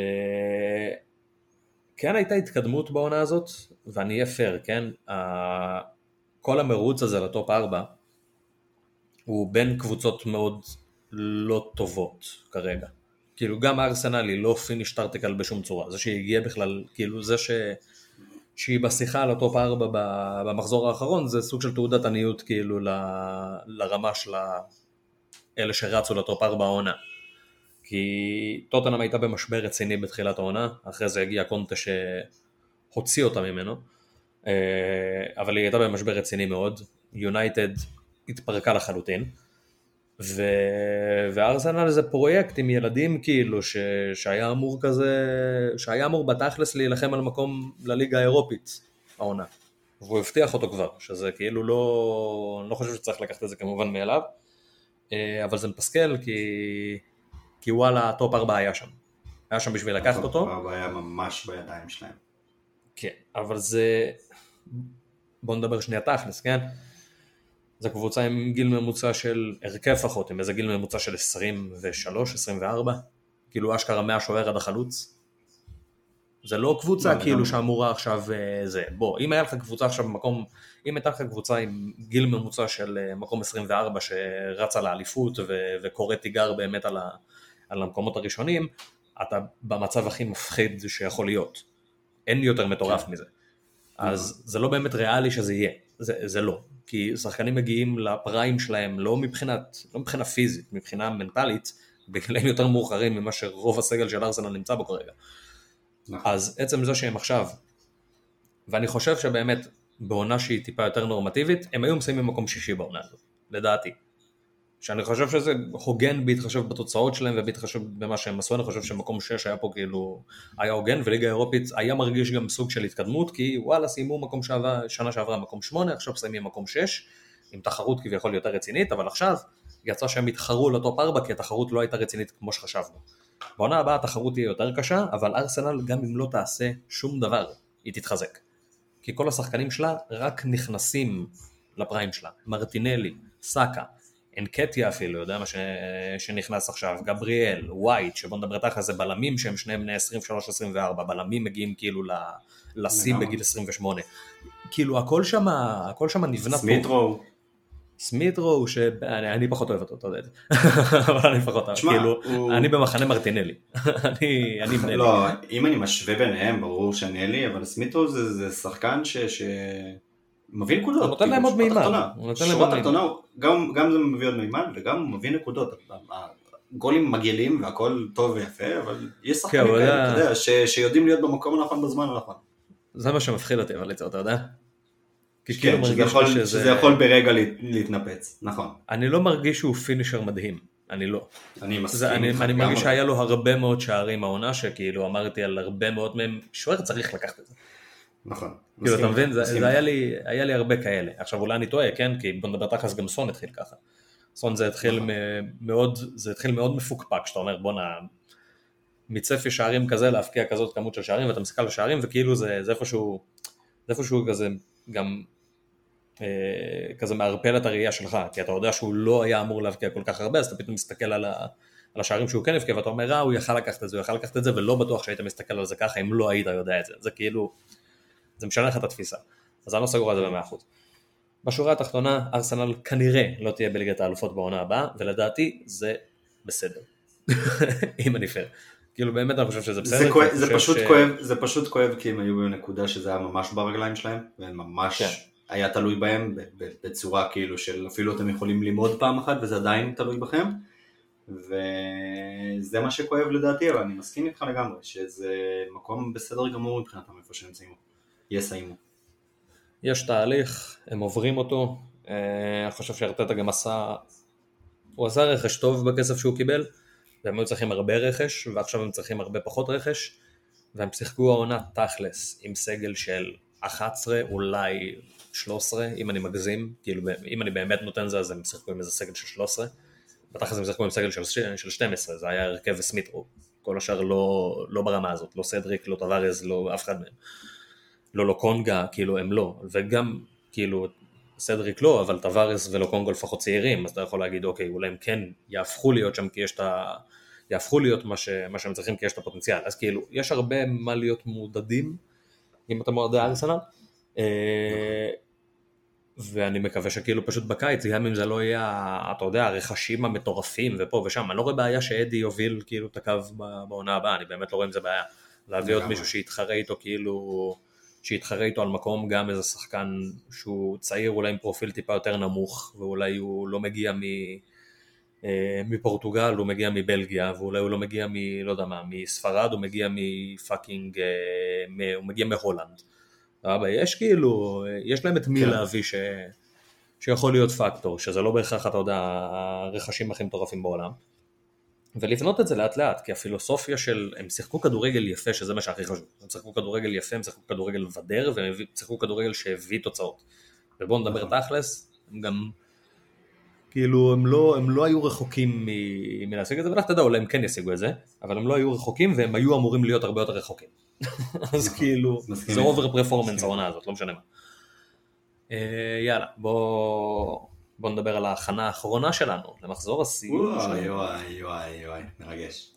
Speaker 1: הייתה התקדמות בעונה הזאת, ואני אהיה פייר, כן? כל המרוץ הזה לטופ ארבע, הוא בין קבוצות מאוד לא טובות כרגע. כאילו גם ארסנל היא לא פיניש ארטיקל בשום צורה. זה שהיא הגיעה בכלל, כאילו זה ש... שהיא בשיחה על הטופ ארבע במחזור האחרון, זה סוג של תעודת עניות כאילו ל... לרמה של ה... אלה שרצו לטופ ארבע העונה. כי טוטנהאם הייתה במשבר רציני בתחילת העונה, אחרי זה הגיע קונטה שהוציא אותה ממנו, אבל היא הייתה במשבר רציני מאוד, יונייטד התפרקה לחלוטין, ו... וארסנל זה פרויקט עם ילדים כאילו, ש... שהיה אמור כזה, שהיה אמור בתכלס להילחם על מקום לליגה האירופית העונה, והוא הבטיח אותו כבר, שזה כאילו לא, לא חושב שצריך לקחת את זה כמובן מאליו, אבל זה מפסקל כי, כי וואלה, הטופ ארבע היה שם. היה שם בשביל לקחת אותו.
Speaker 2: הטופ ארבע היה ממש בידיים שלהם.
Speaker 1: כן, אבל זה... בוא נדבר שנייה תכלס, כן? זו קבוצה עם גיל ממוצע של הרכב פחות, עם איזה גיל ממוצע של עשרים ושלוש עשרים וארבע, כאילו אשכרה מהשוער עד החלוץ. זה לא קבוצה לא, כאילו שאמורה עכשיו זה. בוא, אם היה לך קבוצה עכשיו במקום, אם הייתה לך קבוצה עם גיל ממוצע של מקום עשרים וארבע שרצה לאליפות ו- וקורא תיגר באמת על, ה- על המקומות הראשונים, אתה במצב הכי מפחיד שיכול להיות. אין יותר מטורף מזה. אז זה לא באמת ריאלי שזה יהיה, זה, זה לא. כי שחקנים מגיעים לפריים שלהם לא מבחינת, לא מבחינה פיזית, מבחינה מנטלית, בגללים יותר מאוחרים ממה שרוב הסגל של ארסנל נמצא בו כרגע. אז עצם זה שהם עכשיו, ואני חושב שבאמת בעונה שהיא טיפה יותר נורמטיבית, הם היו מסיימים במקום שישי בעונה הזאת, לדעתי. שאני חושב שזה הוגן בהתחשב בתוצאות שלהם ובהתחשב במה שהם עשו, אני חושב שמקום שש היה פה כאילו, היה הוגן, וליגה אירופית היה מרגיש גם סוג של התקדמות, כי וואלה, סיימו מקום שעבר, שנה שעברה מקום שמונה, עכשיו סיימים מקום שש, עם תחרות כביכול יותר רצינית, אבל עכשיו יצא שהם התחרו לטופ ארבע, כי התחרות לא הייתה רצינית כמו שחשבנו. בעונה הבאה התחרות תהיה יותר קשה, אבל ארסנל גם אם לא תעשה שום דבר, היא תתחזק. כי כל השחקנים שלה רק נכנסים לפריים שלה, מרטינלי, סאקה, אנקטיה אפילו, יודע מה ש... שנכנס עכשיו, גבריאל, ווייט, שבוא נדבר תחת זה בלמים שהם שניהם בני עשרים ושלוש עשרים וארבע, בלמים מגיעים כאילו לסי בגיל עשרים ושמונה. כאילו הכל שם, הכל שם נבנה פה.
Speaker 2: סמית'רו.
Speaker 1: סמית'רו, שאני אני פחות אוהב אותו, אתה יודע את זה. אבל אני פחות אוהב, כאילו, הוא... אני במחנה מרטינלי. אני, אני מנהלי.
Speaker 2: לא, אם אני משווה ביניהם, ברור שנלי, אבל סמית'רו זה, זה שחקן ש... ש... מביא נקודות.
Speaker 1: הוא נותן להם עוד מימן.
Speaker 2: שורה תחתונה, גם זה מביא עוד מימן, וגם הוא מביא נקודות. גולים מגעילים והכל טוב ויפה, אבל יש שחקנים כאלה, אתה יודע, שיודעים להיות במקום הנכון בזמן הנכון.
Speaker 1: זה מה שמפחיד אותי, אבל אתה יודע?
Speaker 2: כן, שזה יכול ברגע להתנפץ, נכון.
Speaker 1: אני לא מרגיש שהוא פינישר מדהים, אני לא.
Speaker 2: אני מסכים.
Speaker 1: אני מרגיש שהיה לו הרבה מאוד שערים העונה, שכאילו אמרתי על הרבה מאוד מהם, שוער צריך לקחת את זה.
Speaker 2: נכון.
Speaker 1: כאילו אתה מבין, זה היה לי, היה לי הרבה כאלה. עכשיו אולי אני טועה, כן? כי בוא נדבר תכלס גם סון התחיל ככה. סון זה התחיל מאוד, זה התחיל מאוד מפוקפק, שאתה אומר בוא נע, מצפי שערים כזה להפקיע כזאת כמות של שערים, ואתה מסתכל על שערים, וכאילו זה, זה איפשהו, זה איפשהו כזה, גם אה, כזה מערפל את הראייה שלך, כי אתה יודע שהוא לא היה אמור להפקיע כל כך הרבה, אז אתה פתאום מסתכל על, ה, על השערים שהוא כן הפקיע, ואתה אומר, אה, הוא יכל לקחת את זה, הוא יכל לקחת את זה, ולא בטוח שהיית מסתכל על זה ככה, אם לא היית יודע את זה. זה כאילו, זה משנה לך את התפיסה. אז אני לא סגור על זה ב-מאה אחוז. בשורה התחתונה, ארסנל כנראה לא תהיה בליגת האלופות בעונה הבאה, ולדעתי זה בסדר. אם אני פייר. כאילו באמת אני חושב שזה בסדר.
Speaker 2: זה, כואב, זה, פשוט ש... כואב, זה פשוט כואב כי הם היו בנקודה שזה היה ממש ברגליים שלהם, וממש כן. היה תלוי בהם בצורה כאילו של אפילו אתם יכולים ללמוד פעם אחת, וזה עדיין תלוי בכם. וזה מה שכואב לדעתי, אבל אני מסכים איתך לגמרי, שזה מקום בסדר גמור מבחינתם איפה שהם סיימו. יסיימו.
Speaker 1: יש תהליך, הם עוברים אותו, אני חושב שארטטה גם עשה, הוא עשה רכש טוב בכסף שהוא קיבל, והם היו צריכים הרבה רכש, ועכשיו הם צריכים הרבה פחות רכש, והם שיחקו העונה תכלס, עם סגל של אחת עשרה, אולי שלוש עשרה, אם אני מגזים, כאילו אם אני באמת נותן זה, אז הם שיחקו עם איזה סגל של שלוש עשרה, בתכלס הם שיחקו עם סגל של, של שתים עשרה, זה היה הרכב וסמית'רו, כל השאר לא, לא ברמה הזאת, לא סדריק, לא טווארז, לא אף אחד מהם. לא לוקונגה, כאילו הם לא, וגם כאילו סדריק לא, אבל טווארס ולוקונגה לפחות צעירים, אז אתה יכול להגיד אוקיי, אולי הם כן יהפכו להיות שם, כי יש את ה... יהפכו להיות מה, ש... מה שהם צריכים, כי יש את הפוטנציאל, אז כאילו יש הרבה מה להיות מודדים, אם אתה מועדי ארסנל, ואני מקווה שכאילו פשוט בקיץ, גם אם זה לא יהיה, אתה יודע, הרכשים המטורפים ופה ושם, אני לא רואה בעיה שאדי יוביל כאילו את הקו בעונה הבאה, אני באמת לא רואה אם זה בעיה, להביא עוד מישהו שיתחרה איתו כאילו... שיתחרה איתו על מקום, גם איזה שחקן שהוא צעיר, אולי עם פרופיל טיפה יותר נמוך, ואולי הוא לא מגיע מ, אה, מפורטוגל, הוא מגיע מבלגיה, ואולי הוא לא מגיע מ, לא יודע מה, מספרד, הוא מגיע מפאקינג, אה, מ, הוא מגיע מהולנד. אבל יש כאילו, יש להם את מי כן. להביא ש, שיכול להיות פקטור, שזה לא בהכרח, אתה יודע, הרכשים הכי מטורפים בעולם. ולבנות את זה לאט לאט, כי הפילוסופיה של, הם שיחקו כדורגל יפה, שזה מה שהכי חשוב, הם שיחקו כדורגל יפה, הם שיחקו כדורגל ודר, והם שיחקו כדורגל שהביא תוצאות. ובואו נדבר תכלס, הם גם, כאילו, הם לא, הם לא היו רחוקים מ- מלהשיג את זה, ולך תדע, אולי הם כן ישיגו את זה, אבל הם לא היו רחוקים, והם היו אמורים להיות הרבה יותר רחוקים. אז כאילו, זה אובר פרפורמנס העונה הזאת, לא משנה מה. יאללה, בואו... בוא נדבר על ההכנה האחרונה שלנו, למחזור הסיום שלנו.
Speaker 2: וואי וואי וואי וואי, מרגש.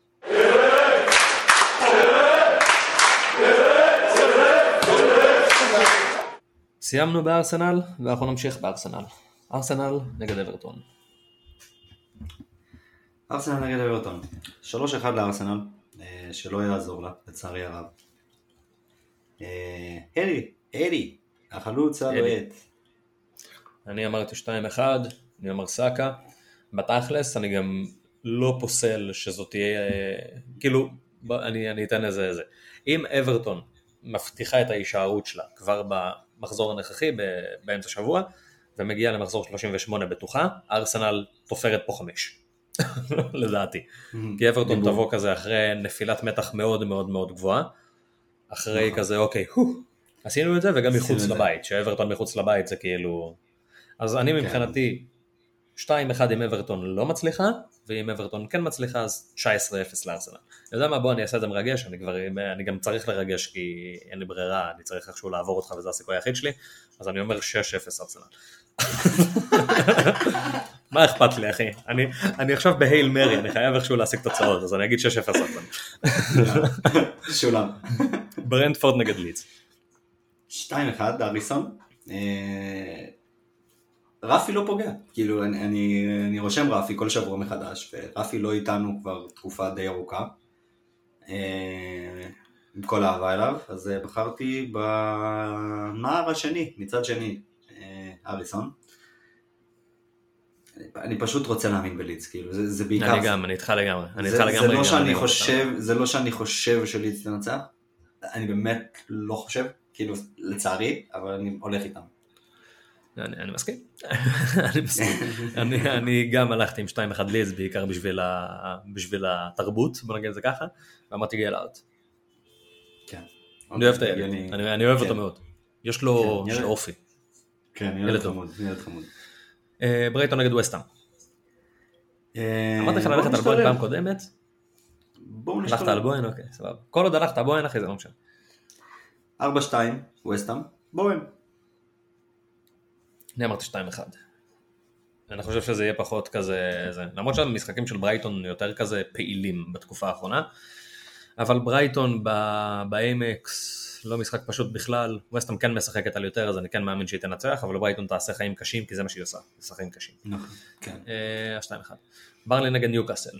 Speaker 1: סיימנו בארסנל, ואנחנו נמשיך בארסנל. ארסנל נגד אברטון.
Speaker 2: ארסנל נגד אברטון. שלוש אחד לארסנל. שלא יעזור לה, לצערי הרב. אלי, אלי, החלוץ הלוהט.
Speaker 1: אני אמרתי שתיים אחד, אני אומר סאקה. בתכלס אני גם לא פוסל שזאת תהיה, כאילו, אני, אני אתן איזה איזה. אם אברטון מבטיחה את ההישארות שלה כבר במחזור הנוכחי באמצע שבוע, ומגיעה למחזור שלושים ושמונה בטוחה, ארסנל תופרת פה חמש. לדעתי. כי אברטון תבוא כזה אחרי נפילת מתח מאוד מאוד מאוד גבוהה, אחרי כזה אוקיי, עשינו את זה וגם מחוץ לבית, שאברטון מחוץ לבית זה כאילו, אז אני מבחינתי שתיים אחד אם אברטון לא מצליחה, ואם אברטון כן מצליחה אז תשע עשרה אפס לארסנל. אתה יודע מה, בוא אני אעשה את זה מרגש, אני, כבר, אני גם צריך לרגש כי אין לי ברירה, אני צריך איכשהו לעבור אותך וזה הסיכוי היחיד שלי, אז אני אומר שש אפס ארסנל. מה אכפת לי אחי? אני, אני עכשיו בהייל מרי, אני חייב איכשהו להשיג תוצאות, אז אני אגיד שש אפס ארסנל.
Speaker 2: שולם.
Speaker 1: ברנטפורד נגד לידס.
Speaker 2: שתיים אחד, אריסון. רפי לא פוגע, כאילו אני, אני, אני רושם רפי כל שבוע מחדש, ורפי לא איתנו כבר תקופה די ארוכה, עם כל האהבה אליו, אז בחרתי בנער השני, מצד שני, אריסון. אני פשוט רוצה להאמין בלידס, כאילו, זה, זה בעיקר...
Speaker 1: אני גם, אני איתך לגמרי.
Speaker 2: זה, זה, זה, לא שאני חושב, זה לא שאני חושב שלידס תנצח, אני באמת לא חושב, כאילו, לצערי, אבל אני הולך איתם.
Speaker 1: אני, אני מסכים, אני מסכים, אני, אני גם הלכתי עם שתיים אחד לידס, בעיקר בשביל, ה, בשביל התרבות, בוא נגיד את זה ככה, ואמרתי גייל אאוט.
Speaker 2: כן.
Speaker 1: אני אוהב את הילד, אני, אני אוהב אותו מאוד, יש לו
Speaker 2: כן,
Speaker 1: אופי.
Speaker 2: כן, ילד חמוד, ילד חמוד.
Speaker 1: ברייטון נגד ווסטהאם. אמרתי לך ללכת על בוין פעם קודמת? הלכת על בוין, אוקיי, סבבה. כל עוד הלכת על בוין, אחי, זה לא משנה.
Speaker 2: ארבע שתיים, ווסטהאם, בוין.
Speaker 1: אני אמרתי שתיים אחד. אני חושב שזה יהיה פחות כזה, למרות שהמשחקים של ברייטון יותר כזה פעילים בתקופה האחרונה, אבל ברייטון ב-איי-אם-אקס לא משחק פשוט בכלל, ווסטהאם כן משחקת על יותר, אז אני כן מאמין שהיא תנצח, אבל ברייטון תעשה חיים קשים, כי זה מה שהיא עושה, זה חיים קשים.
Speaker 2: נכון, כן.
Speaker 1: שתיים אחד. ברנלי נגד ניוקאסל.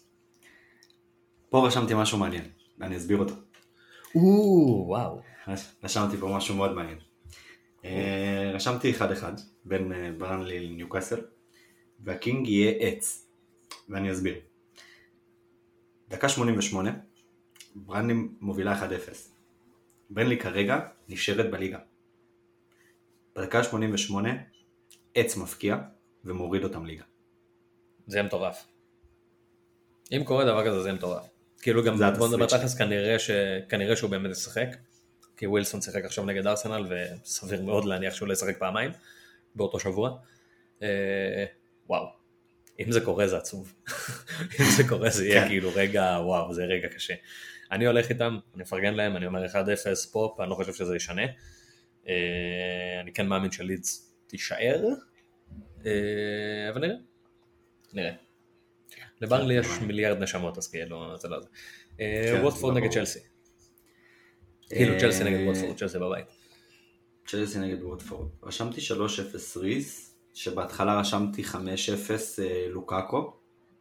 Speaker 2: פה רשמתי משהו מעניין, ואני אסביר אותו.
Speaker 1: וואו.
Speaker 2: רשמתי פה משהו מאוד מעניין. רשמתי אחד אחד, בין ברנלי לניוקאסל, והקינג יהיה עץ, ואני אסביר. דקה שמונים ושמונה, ברנלי מובילה אחד אפס. ברנלי כרגע נשארת בליגה. בדקה שמונים ושמונה, עץ מפקיע ומוריד אותם ליגה.
Speaker 1: זה מטורף. אם קורה דבר כזה, זה מטורף. כאילו גם בוא נדבר תכלס, כנראה, ש... כנראה שהוא באמת ישחק, כי ווילסון שיחק עכשיו נגד ארסנל, וסביר מאוד להניח שהוא לא ישחק פעמיים, באותו שבוע. אה... וואו. אם זה קורה זה עצוב. אם זה קורה זה יהיה כאילו רגע, וואו, זה רגע קשה. אני הולך איתם, אני מפרגן להם, אני אומר אחד אפס פופ, אני לא חושב שזה ישנה. אני כן מאמין שלידס תישאר, אבל נראה. נראה. לברנלי יש מיליארד נשמות, אז כאילו, זה לא זה. ווטפורד נגד צ'לסי. כאילו צ'לסי נגד ווטפורד, צ'לסי בבית.
Speaker 2: צ'לסי נגד ווטפורד. רשמתי שלוש אפס ריס, שבהתחלה רשמתי חמש אפס לוקאקו.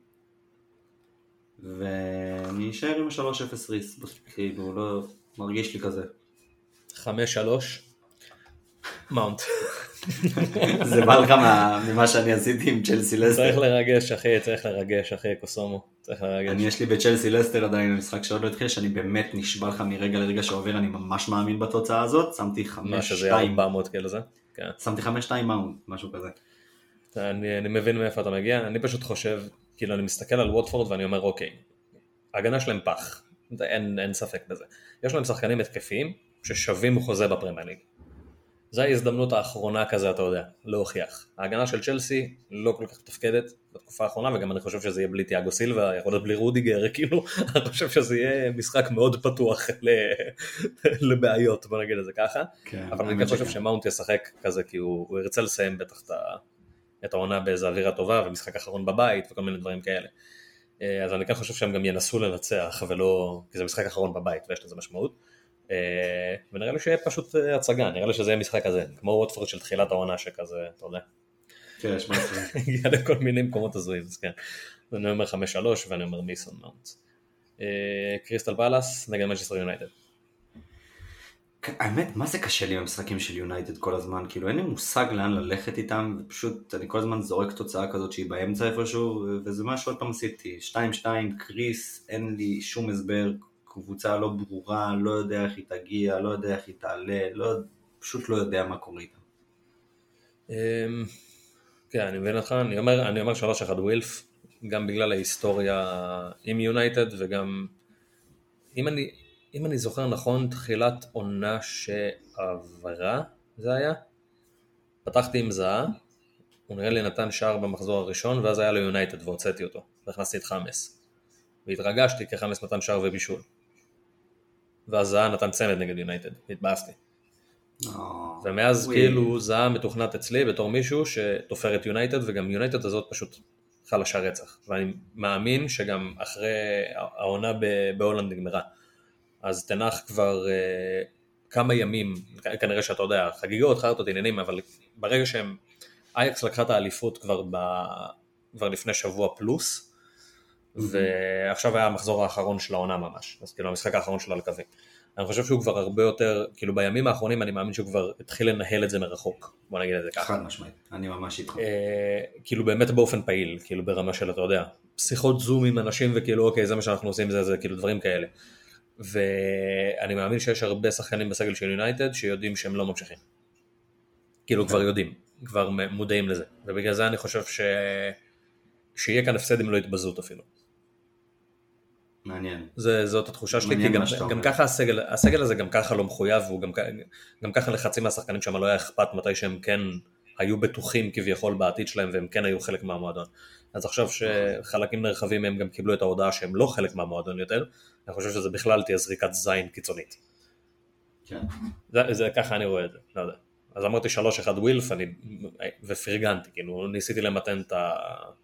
Speaker 2: ואני אשאר עם ה-שלוש אפס ריס, כאילו לא מרגיש לי כזה.
Speaker 1: חמש שלוש מאונט.
Speaker 2: זה בא לך ממה שאני עשיתי עם צ'לסי לסטר.
Speaker 1: צריך לרגש אחי, צריך לרגש אחי, קוסומו, צריך לרגש.
Speaker 2: אני יש לי בצ'לסי לסטר עדיין המשחק שעוד לא התחיל, שאני באמת נשבע לך מרגע לרגע שעובר, אני ממש מאמין בתוצאה הזאת, שמתי חמש שתיים.
Speaker 1: מה שזה יהיה ארבע מאות כאילו זה?
Speaker 2: שמתי חמש שתיים מאונט, משהו כזה.
Speaker 1: אני מבין מאיפה אתה מגיע, אני פשוט חושב, כאילו אני מסתכל על ווטפורד ואני אומר אוקיי, ההגנה שלהם פח, אין, אין ספק בזה. יש להם שחקנים התקפיים ששווים חוזה בפרמייר ליג. זו ההזדמנות האחרונה כזה, אתה יודע, להוכיח. ההגנה של צ'לסי לא כל כך תפקדת בתקופה האחרונה, וגם אני חושב שזה יהיה בלי תיאגו סילבה, יכול להיות בלי רודיגר, כאילו, אני חושב שזה יהיה משחק מאוד פתוח לבעיות, בוא נגיד את זה ככה. כן, אבל אני חושב שמאונט ישחק כזה, כי הוא, הוא ירצה לסיים בטח את העונה באיזו אווירה טובה, ומשחק אחרון בבית, וכל מיני דברים כאלה. אז אני כן חושב שהם גם ינסו לנצח, ולא, כי זה משחק אחרון בבית, ויש לזה משמעות. ונראה לי שיהיה פשוט הצגה, נראה לי שזה יהיה משחק כזה, כמו ווטפורד של תחילת העונה שכזה, אתה יודע.
Speaker 2: כן, יש משהו.
Speaker 1: הגיע לכל מיני מקומות הזויים, אז כן. אני אומר חמש שלוש ואני אומר מיסון מאונט. קריסטל פלאס נגד מנצ'סטר יונייטד.
Speaker 2: האמת, מה זה קשה לי במשחקים של יונייטד כל הזמן? כאילו אין לי מושג לאן ללכת איתם, ופשוט אני כל הזמן זורק תוצאה כזאת שהיא באמצע איפשהו, וזה מה שעוד פעם עשיתי, שתיים שתיים, קריס, אין לי שום הסבר, קבוצה לא ברורה, לא יודע איך היא תגיע, לא יודע איך היא תעלה, לא, פשוט לא יודע מה קורה איתם.
Speaker 1: כן, אני מבין אותך, אני אומר, אני אומר שלוש אחד ווילף, גם בגלל ההיסטוריה עם יונייטד, וגם, אם אני, אם אני זוכר נכון, תחילת עונה שעברה, זה היה? פתחתי עם זהה, הוא נראה לי נתן שער במחזור הראשון, ואז היה לו יונייטד והוצאתי אותו, והכנסתי את חמאס. והתרגשתי כי חמאס נתן שער ובישול. ואז זהה נתן צמד נגד יונייטד, התבאסתי. ומאז כאילו זהה מתוכנת אצלי בתור מישהו שתופר את יונייטד, וגם יונייטד הזאת פשוט חלשה רצח. ואני מאמין שגם אחרי העונה בהולנד נגמרה, אז תנח כבר כמה ימים, כנראה שאתה יודע, חגיגות, חרטות, עניינים, אבל ברגע שהם, אייקס לקחה את האליפות כבר, ב, כבר לפני שבוע פלוס, ועכשיו היה המחזור האחרון של העונה ממש, אז כאילו המשחק האחרון שלה לקווים. אני חושב שהוא כבר הרבה יותר, כאילו בימים האחרונים אני מאמין שהוא כבר התחיל לנהל את זה מרחוק, בוא נגיד את זה ככה.
Speaker 2: חד משמעית, אני ממש איתך.
Speaker 1: כאילו באמת באופן פעיל, כאילו ברמה של, אתה יודע, שיחות זום עם אנשים וכאילו אוקיי, זה מה שאנחנו עושים, זה, זה כאילו דברים כאלה. ואני מאמין שיש הרבה שחקנים בסגל של יונייטד שיודעים שהם לא ממשיכים. כאילו כבר יודעים, כבר מודעים לזה. ובגלל זה אני חושב ש... שיהיה כאן הפסד אם לא יתבזות אפילו.
Speaker 2: מעניין.
Speaker 1: זה, זאת התחושה שלי, כי גם, גם ככה הסגל, הסגל הזה גם ככה לא מחויב, והוא גם, גם ככה לחצי מהשחקנים שם לא היה אכפת מתי שהם כן היו בטוחים כביכול בעתיד שלהם, והם כן היו חלק מהמועדון. אז עכשיו שחלקים נרחבים מהם גם קיבלו את ההודעה שהם לא חלק מהמועדון יותר, אני חושב שזה בכלל תהיה זריקת זין קיצונית.
Speaker 2: כן.
Speaker 1: זה, זה ככה אני רואה את זה, לא יודע. אז אמרתי שלוש אחד ווילף, אני, ופרגנתי, כאילו, ניסיתי למתן את ה...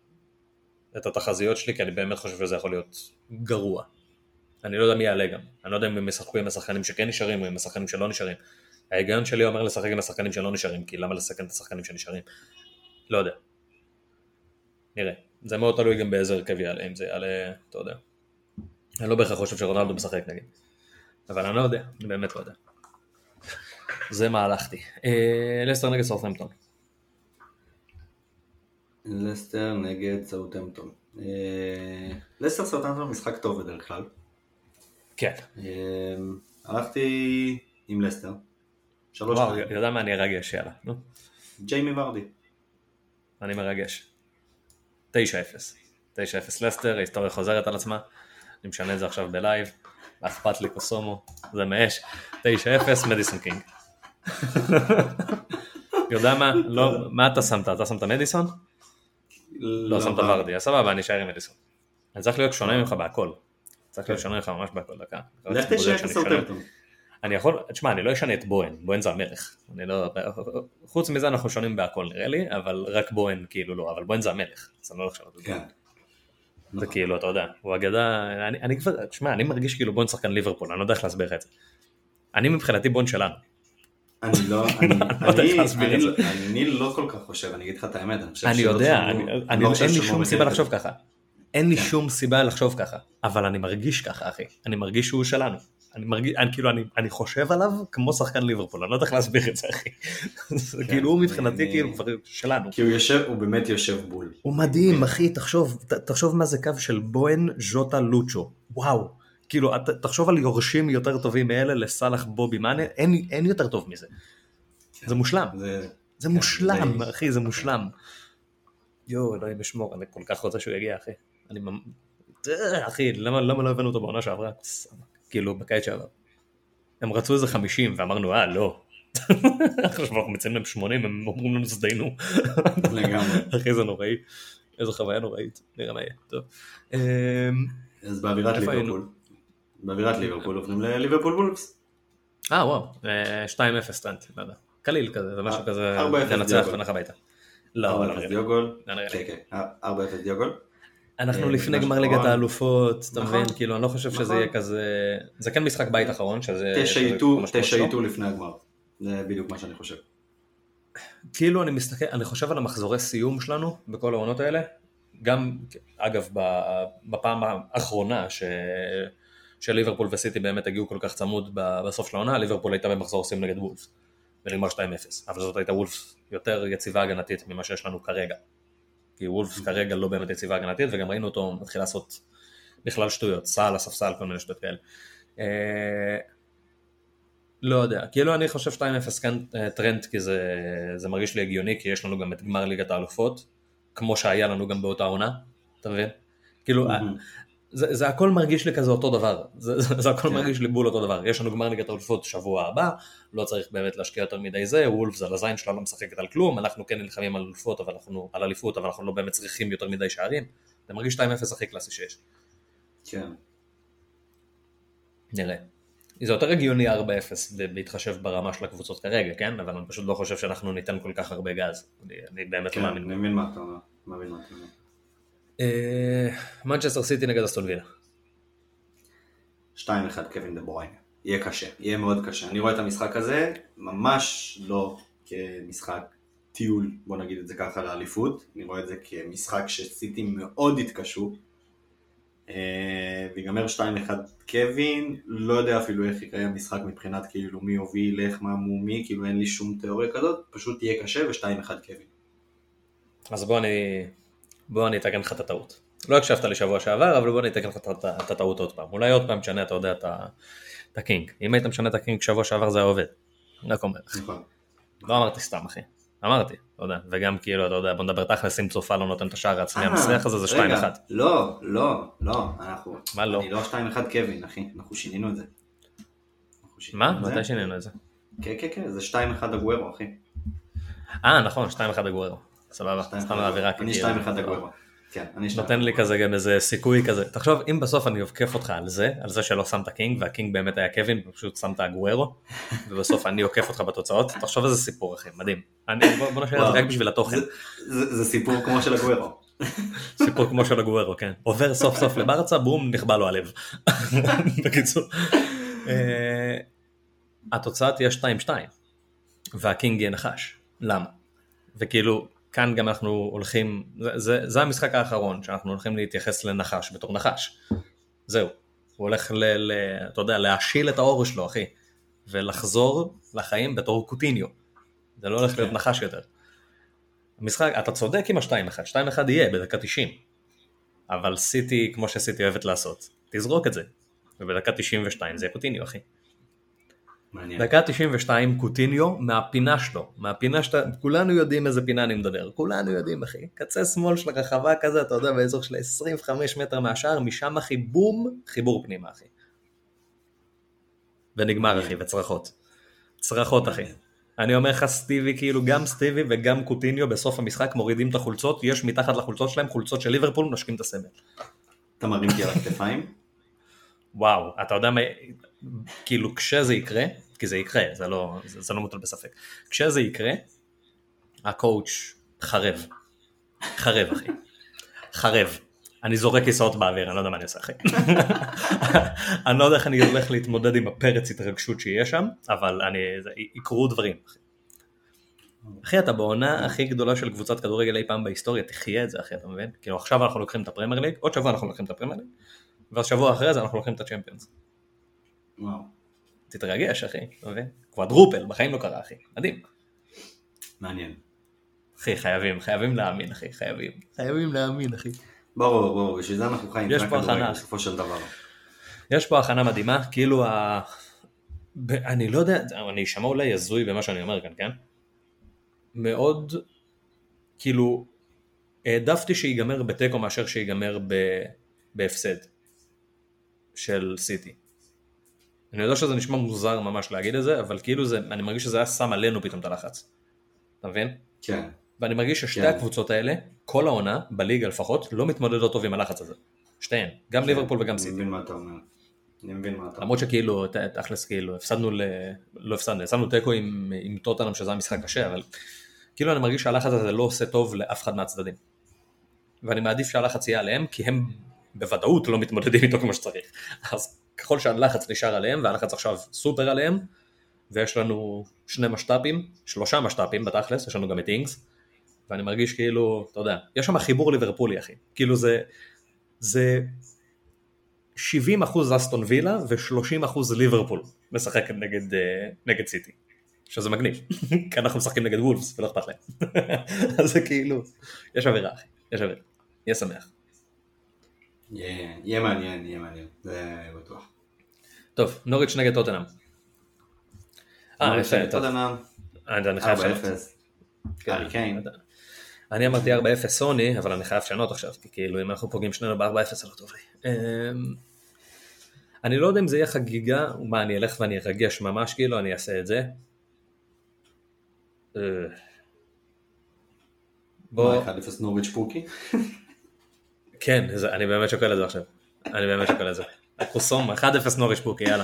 Speaker 1: את התחזיות שלי, כי אני באמת חושב שזה יכול להיות גרוע. אני לא יודע מי יעלה גם. אני לא יודע אם הם משחקו עם השחקנים שכן נשארים, או עם השחקנים שלא נשארים. ההיגיון שלי אומר לשחק עם השחקנים שלא נשארים, כי למה לסכן את השחקנים שנשארים? לא יודע. נראה. זה מאוד תלוי גם באיזה הרכב יעלה, אם זה יעלה, אתה יודע. אני לא בהכרח חושב שרונלדו משחק נגיד. אבל אני לא יודע, אני באמת לא יודע. זה מה הלכתי. לסטר נגד סאות'המפטון.
Speaker 2: לסטר נגד סאות'המפטון. לסטר סאות'המפטון משחק טוב בדרך כלל.
Speaker 1: כן.
Speaker 2: הלכתי עם לסטר.
Speaker 1: וואו, יודע מה אני ארגש, יאללה.
Speaker 2: ג'יימי ורדי.
Speaker 1: אני מרגש. תשע אפס. תשע אפס לסטר, ההיסטוריה חוזרת על עצמה. אני משנה את זה עכשיו בלייב. אכפת לי קוסומו. זה מאש. תשע אפס, מדיסון קינג. יודע מה? מה אתה שמת? אתה שמת מדיסון? לא שמת ורדי, סבבה, אני אשאר עם מדיסון. אני צריך להיות שונה ממך בהכל. צריך להיות שונה ממך ממש בהכל, דקה.
Speaker 2: לך תשאר את סאות'המפטון.
Speaker 1: אני יכול, תשמע, אני לא אשנה את בוהן, בוהן זה המלך. אני לא, חוץ מזה אנחנו שונים בהכל נראה לי, אבל רק בוהן כאילו לא, אבל בוהן זה המלך. אז אני לא חושב את זה. זה כאילו, אתה יודע, הוא אגדה, אני כבר, תשמע, אני מרגיש כאילו בוהן שחקן ליברפול, אני לא יודע איך להסביר את זה. אני מבחינתי בוהן שלנו.
Speaker 2: אני לא, אני לא כל כך חושב, אני אגיד לך את האמת,
Speaker 1: אני יודע, אין לי שום סיבה לחשוב ככה, אין לי שום סיבה לחשוב ככה, אבל אני מרגיש ככה אחי, אני מרגיש שהוא שלנו, אני מרגיש, כאילו אני חושב עליו כמו שחקן ליברפול, אני לא יודע איך להסביר את זה אחי, כאילו הוא מבחינתי כאילו כבר שלנו.
Speaker 2: כי הוא יושב, הוא באמת יושב בול.
Speaker 1: הוא מדהים אחי, תחשוב מה זה קו של בוהן, ז'וטה, לוצ'ו, וואו. כאילו, תחשוב על יורשים יותר טובים מאלה, לסלח בובי מאנה, אין, אין יותר טוב מזה. זה מושלם. זה, זה מושלם, זה... אחי, זה מושלם. יו, אלוהים משמור, אני כל כך רוצה שהוא יגיע, אחי. אני ממ... אחי, למה, למה לא הבאנו אותו בעונה שעברה? כאילו, בקיץ שעבר. הם רצו איזה חמישים, ואמרנו, אה, לא. עכשיו אנחנו מצאים להם שמונים, הם אומרים לנו, סדיינו.
Speaker 2: לגמרי.
Speaker 1: אחי, זה נוראי. איזו חוויה נוראית. נראה מה יהיה. טוב.
Speaker 2: אז באווירת ליברפול. באווירת ליברפול עוברים לליברפול וולפס.
Speaker 1: אה וואו, שתיים אפס טרנט, לא יודע. קליל כזה, זה משהו כזה, ננצח ונלך הביתה. לא,
Speaker 2: ארבע אפס דיוגול. ארבע אפס דיוגול.
Speaker 1: אנחנו לפני גמר ליגת האלופות, אתה מבין, כאילו אני לא חושב שזה יהיה כזה, זה כן משחק בית אחרון, שזה...
Speaker 2: תשע איתו לפני הגמר, זה בדיוק מה שאני חושב.
Speaker 1: כאילו אני מסתכל, אני חושב על המחזורי סיום שלנו, בכל העונות האלה, גם, אגב, בפעם האחרונה ש... שליברפול וסיטי באמת הגיעו כל כך צמוד בסוף של העונה, ליברפול הייתה במחזור שים נגד וולפס, ונגמר שתיים אפס, אבל זאת הייתה וולפס יותר יציבה הגנתית ממה שיש לנו כרגע, כי וולפס כרגע לא באמת יציבה הגנתית, וגם ראינו אותו מתחיל לעשות בכלל שטויות, סל, הספסל, כל מיני שטויות כאלה. לא יודע, כאילו אני חושב שתיים אפס כאן טרנד, כי זה, זה מרגיש לי הגיוני, כי יש לנו גם את גמר ליגת האלופות, כמו שהיה לנו גם באותה עונה, אתה מבין? כאילו, זה, זה הכל מרגיש לי כזה אותו דבר, זה, זה, זה הכל מרגיש לי בול אותו דבר, יש לנו גמר ליגת האלופות שבוע הבא, לא צריך באמת להשקיע יותר מדי זה, וולפס על הזין שלה לא משחקת על כלום, אנחנו כן נלחמים על אליפות, אבל אנחנו, על אליפות, אבל אנחנו לא באמת צריכים יותר מדי שערים, זה מרגיש שתיים אפס הכי קלאסי שיש.
Speaker 2: כן.
Speaker 1: נראה. זה יותר הגיוני ארבע אפס בהתחשב ברמה של הקבוצות כרגע, כן? אבל אני פשוט לא חושב שאנחנו ניתן כל כך הרבה גז. אני, אני באמת
Speaker 2: כן,
Speaker 1: לא מאמין.
Speaker 2: אני מבין מה אתה אומר. מאמין מה אתה אומר.
Speaker 1: מנצ'סטר סיטי נגד אסטון וילה.
Speaker 2: שתיים אחד קווין דה ברויינה. יהיה קשה, יהיה מאוד קשה. אני רואה את המשחק הזה ממש לא כמשחק טיול, בוא נגיד את זה ככה, לאליפות. אני רואה את זה כמשחק שסיטי מאוד התקשו. ויגמר שתיים אחד קווין, לא יודע אפילו איך יקרה המשחק מבחינת כאילו מי הוביל, איך, מה, מו, מי, כאילו אין לי שום תיאוריה כזאת, פשוט תהיה קשה ו-שתיים אחד קווין.
Speaker 1: אז בוא אני, בוא אני אתקן לך את הטעות. לא הקשבת לי שבוע שעבר, אבל בוא אני אתקן לך את הטעות עוד פעם. אולי עוד פעם משנה, אתה יודע, את הקינג. אם היית משנה את הקינג שבוע שעבר זה היה עובד. רק אומר. לא אמרתי סתם, אחי. אמרתי, אתה יודע, וגם כאילו, אתה יודע, בוא נדבר תכלס, אם צופה לא נותן את השער העצמי, המסריח הזה זה שתיים אחד.
Speaker 2: לא, לא, לא, אנחנו,
Speaker 1: מה לא?
Speaker 2: אני לא שתיים אחד קווין, אחי, אנחנו שינינו את זה.
Speaker 1: מה? מתי שינינו את זה?
Speaker 2: כן, כן, כן, זה שתיים אחד אגוארו, אחי.
Speaker 1: אה, נכון, שתיים אחד אגוארו. סבבה, סתם לאווירה.
Speaker 2: אני שתיים אחד אגוארו. כן, אני
Speaker 1: נותן לי כזה גם איזה סיכוי כזה. תחשוב, אם בסוף אני עוקף אותך על זה, על זה שלא שמת קינג, והקינג באמת היה קווין, ופשוט שמת אגוארו, ובסוף אני עוקף אותך בתוצאות, תחשוב איזה סיפור, אחי, מדהים. בוא נשאר את זה רק בשביל התוכן.
Speaker 2: זה סיפור כמו של אגוארו.
Speaker 1: סיפור כמו של אגוארו, כן. עובר סוף סוף לברצה, בום, נכבה לו הלב. בקיצור. התוצאה תהיה שתיים שתיים, והקינג יהיה נחש. למה? וכאילו, כאן גם אנחנו הולכים, זה, זה, זה המשחק האחרון, שאנחנו הולכים להתייחס לנחש בתור נחש. זהו. הוא הולך ל, ל, אתה יודע, להשיל את האור שלו, אחי. ולחזור לחיים בתור קוטיניו. זה לא הולך להיות נחש יותר. המשחק, אתה צודק עם ה-שתיים אחד. שתיים אחד יהיה בדקה תשעים. אבל סיטי, כמו שסיטי אוהבת לעשות, תזרוק את זה. ובדקה תשעים ושתיים זה קוטיניו, אחי.
Speaker 2: מעניין.
Speaker 1: דקה תשעים ושתיים קוטיניו מהפינה שלו, מהפינה שאתה, כולנו יודעים איזה פינה אני מדבר, כולנו יודעים אחי, קצה שמאל של הרחבה כזה, אתה יודע, באזור של עשרים וחמישה מטר מהשאר, משם אחי בום, חיבור פנימה אחי. ונגמר אחי, וצרחות. צרחות אחי. אני אומר לך סטיבי, כאילו גם סטיבי וגם קוטיניו בסוף המשחק מורידים את החולצות, יש מתחת לחולצות שלהם חולצות של ליברפול, נשקים את הסמל.
Speaker 2: אתה מרים אותי על הכתפיים?
Speaker 1: וואו, אתה יודע מה, כאילו כשזה יקרה, כי זה יקרה, זה לא, זה, זה לא מוטל בספק, כשזה יקרה, הקואוץ' חרב, חרב אחי, חרב, אני זורק כיסאות באוויר, אני לא יודע מה אני עושה אחי, אני לא יודע איך אני הולך להתמודד עם הפרץ התרגשות שיהיה שם, אבל אני, זה, יקרו דברים אחי. אחי, אתה בעונה הכי גדולה של קבוצת כדורגל אי פעם בהיסטוריה, תחיה את זה אחי, אתה מבין? כאילו עכשיו אנחנו לוקחים את הפרמייר ליג, עוד שבוע אנחנו לוקחים את הפרמייר ליג, והשבוע אחרי זה אנחנו לוקחים את הצ'מפיונס.
Speaker 2: וואו.
Speaker 1: תתרגש, אחי, אתה מבין? קוואדרופל, בחיים לא קרה, אחי. מדהים.
Speaker 2: מעניין.
Speaker 1: אחי, חייבים, חייבים להאמין, אחי, חייבים. חייבים להאמין, אחי.
Speaker 2: ברור, ברור, בשביל זה אנחנו חיים.
Speaker 1: יש פה הכנה.
Speaker 2: בסופו של דבר.
Speaker 1: יש פה הכנה מדהימה, כאילו ה... אני לא יודע, אני אשמע אולי יזוי במה שאני אומר כאן, כן? מאוד, כאילו, העדפתי שיגמר בטקו מאשר שיגמר ב... בהפסד של סיטי. אני יודע שזה נשמע מוזר ממש להגיד את זה, אבל כאילו זה, אני מרגיש שזה היה שם עלינו פתאום את הלחץ. אתה מבין?
Speaker 2: כן.
Speaker 1: ואני מרגיש ששתי
Speaker 2: כן.
Speaker 1: הקבוצות האלה, כל העונה, בליגה לפחות, לא מתמודדות טוב עם הלחץ הזה. שתיהן, גם
Speaker 2: כן.
Speaker 1: ליברפול וגם סיטי.
Speaker 2: אני מבין מה אתה אומר. אני מבין מה אתה אומר.
Speaker 1: למרות שכאילו, תכלס כאילו, הפסדנו ל... לא הפסדנו, הפסדנו טקו עם, עם טוטנהאם שזה המשחק קשה, אבל כאילו אני מרגיש שהלחץ הזה לא עושה טוב לאף אחד מהצדדים. ואני מעדיף שהלחץ יהיה עליהם, כי הם בוודאות לא מתמודדים איתו כמו שצריך. אז ככל שהלחץ נשאר עליהם, והלחץ עכשיו סופר עליהם, ויש לנו שני משטאפים, שלושה משטאפים בתכלס, יש לנו גם את אינגס, ואני מרגיש כאילו, אתה יודע, יש שם חיבור ליברפולי, אחי. כאילו זה, זה שבעים אחוז אסטון וילה ו-שלושים אחוז ליברפול משחקת נגד, נגד סיטי. שזה מגניב, כי אנחנו משחקים נגד וולפס ולא אכפת להם. אז זה כאילו, יש אווירה, אחי, יש אווירה. יהיה שמח.
Speaker 2: יהיה מעניין, יהיה מעניין, זה בטוח.
Speaker 1: טוב, נוריץ' נגד טוטנהאם.
Speaker 2: אה, נגד טוטנהאם. ארבע אפס.
Speaker 1: אני אמרתי ארבע אפס סוני, אבל אני חייב לשנות עכשיו, כי כאילו אם אנחנו פוגעים שנינו ב-ארבע אפס, זה לא טוב לי. אני לא יודע אם זה יהיה חגיגה, מה, אני אלך ואני ארגש ממש, כאילו, אני אעשה את זה.
Speaker 2: בוא... אחד אפס נוריץ' פוקי?
Speaker 1: כן, אני באמת שוקל את זה עכשיו. אני באמת שוקל את זה. הקוסום, אחד אפס נוריץ' פוקי, יאללה.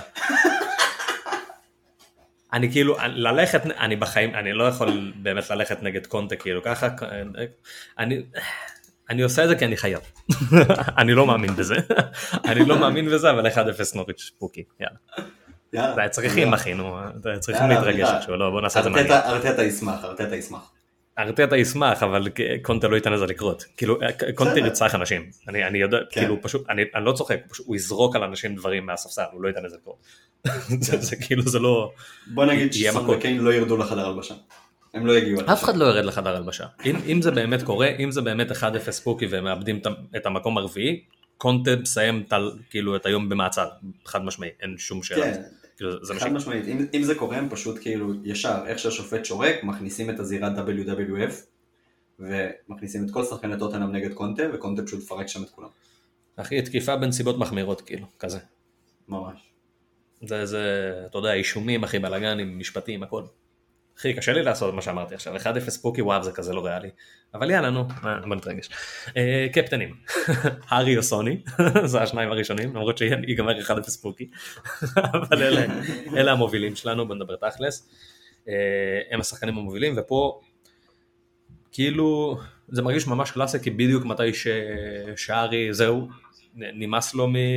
Speaker 1: אני כאילו, ללכת, אני בחיים, אני לא יכול באמת ללכת נגד קונטה, כאילו, ככה, אני, אני עושה את זה כי אני חייב. אני לא מאמין בזה. אני לא מאמין בזה, אבל אחד אפס נוריץ' פוקי, יאללה. זה צריכים, אחי, נו, צריכים להתרגש עכשיו, לא, בוא נעשה את זה מעניין.
Speaker 2: ארטטה ישמח, ארטטה ישמח.
Speaker 1: ארטטה ישמח, אבל קונטה לא ייתן לזה לקרות. כאילו, קונטה ירצח אנשים. אני יודע, כאילו, פשוט, אני לא צוחק, הוא יזרוק על אנשים דברים מהספסל, הוא לא ייתן לזה לקרות. זה כאילו, זה לא...
Speaker 2: בוא נגיד שסון וקיין לא ירדו לחדר הלבשה. הם לא יגיעו.
Speaker 1: אף אחד לא ירד לחדר הלבשה. אם זה באמת קורה, אם זה באמת אחד אפס פוקי ומאבדים את המקום הרביעי, קונטה מסיים כאילו את היום במעצר, חד משמעי, אין שום שאלה.
Speaker 2: חד משמעית, אם זה קורה הם פשוט כאילו ישר, איך שהשופט שורק, מכניסים את הזירת דאבליו דאבליו אף, ומכניסים את כל שחקני טוטנהאם נגד קונטה, וקונטה פשוט פרק שם את כולם.
Speaker 1: אחי, תקיפה בנסיבות מחמירות, כאילו, כזה.
Speaker 2: ממש.
Speaker 1: זה, זה, אתה יודע, אישומים, אחי, בלגנים, משפטים, הכל. אחי, קשה לי לעשות מה שאמרתי עכשיו, אחד אפס פוקי, וואו, זה כזה לא ריאלי. אבל יאללה, נו, בוא נתרגש. קפטנים, הארי או סוני, זה השניים הראשונים, למרות שיגמר אחד אפס פוקי. אבל אלה, אלה המובילים שלנו, בוא נדבר תכלס. הם השחקנים המובילים, ופה, כאילו, זה מרגיש ממש קלאסי, כי בדיוק מתי שהארי, זהו, נמאס לו מ...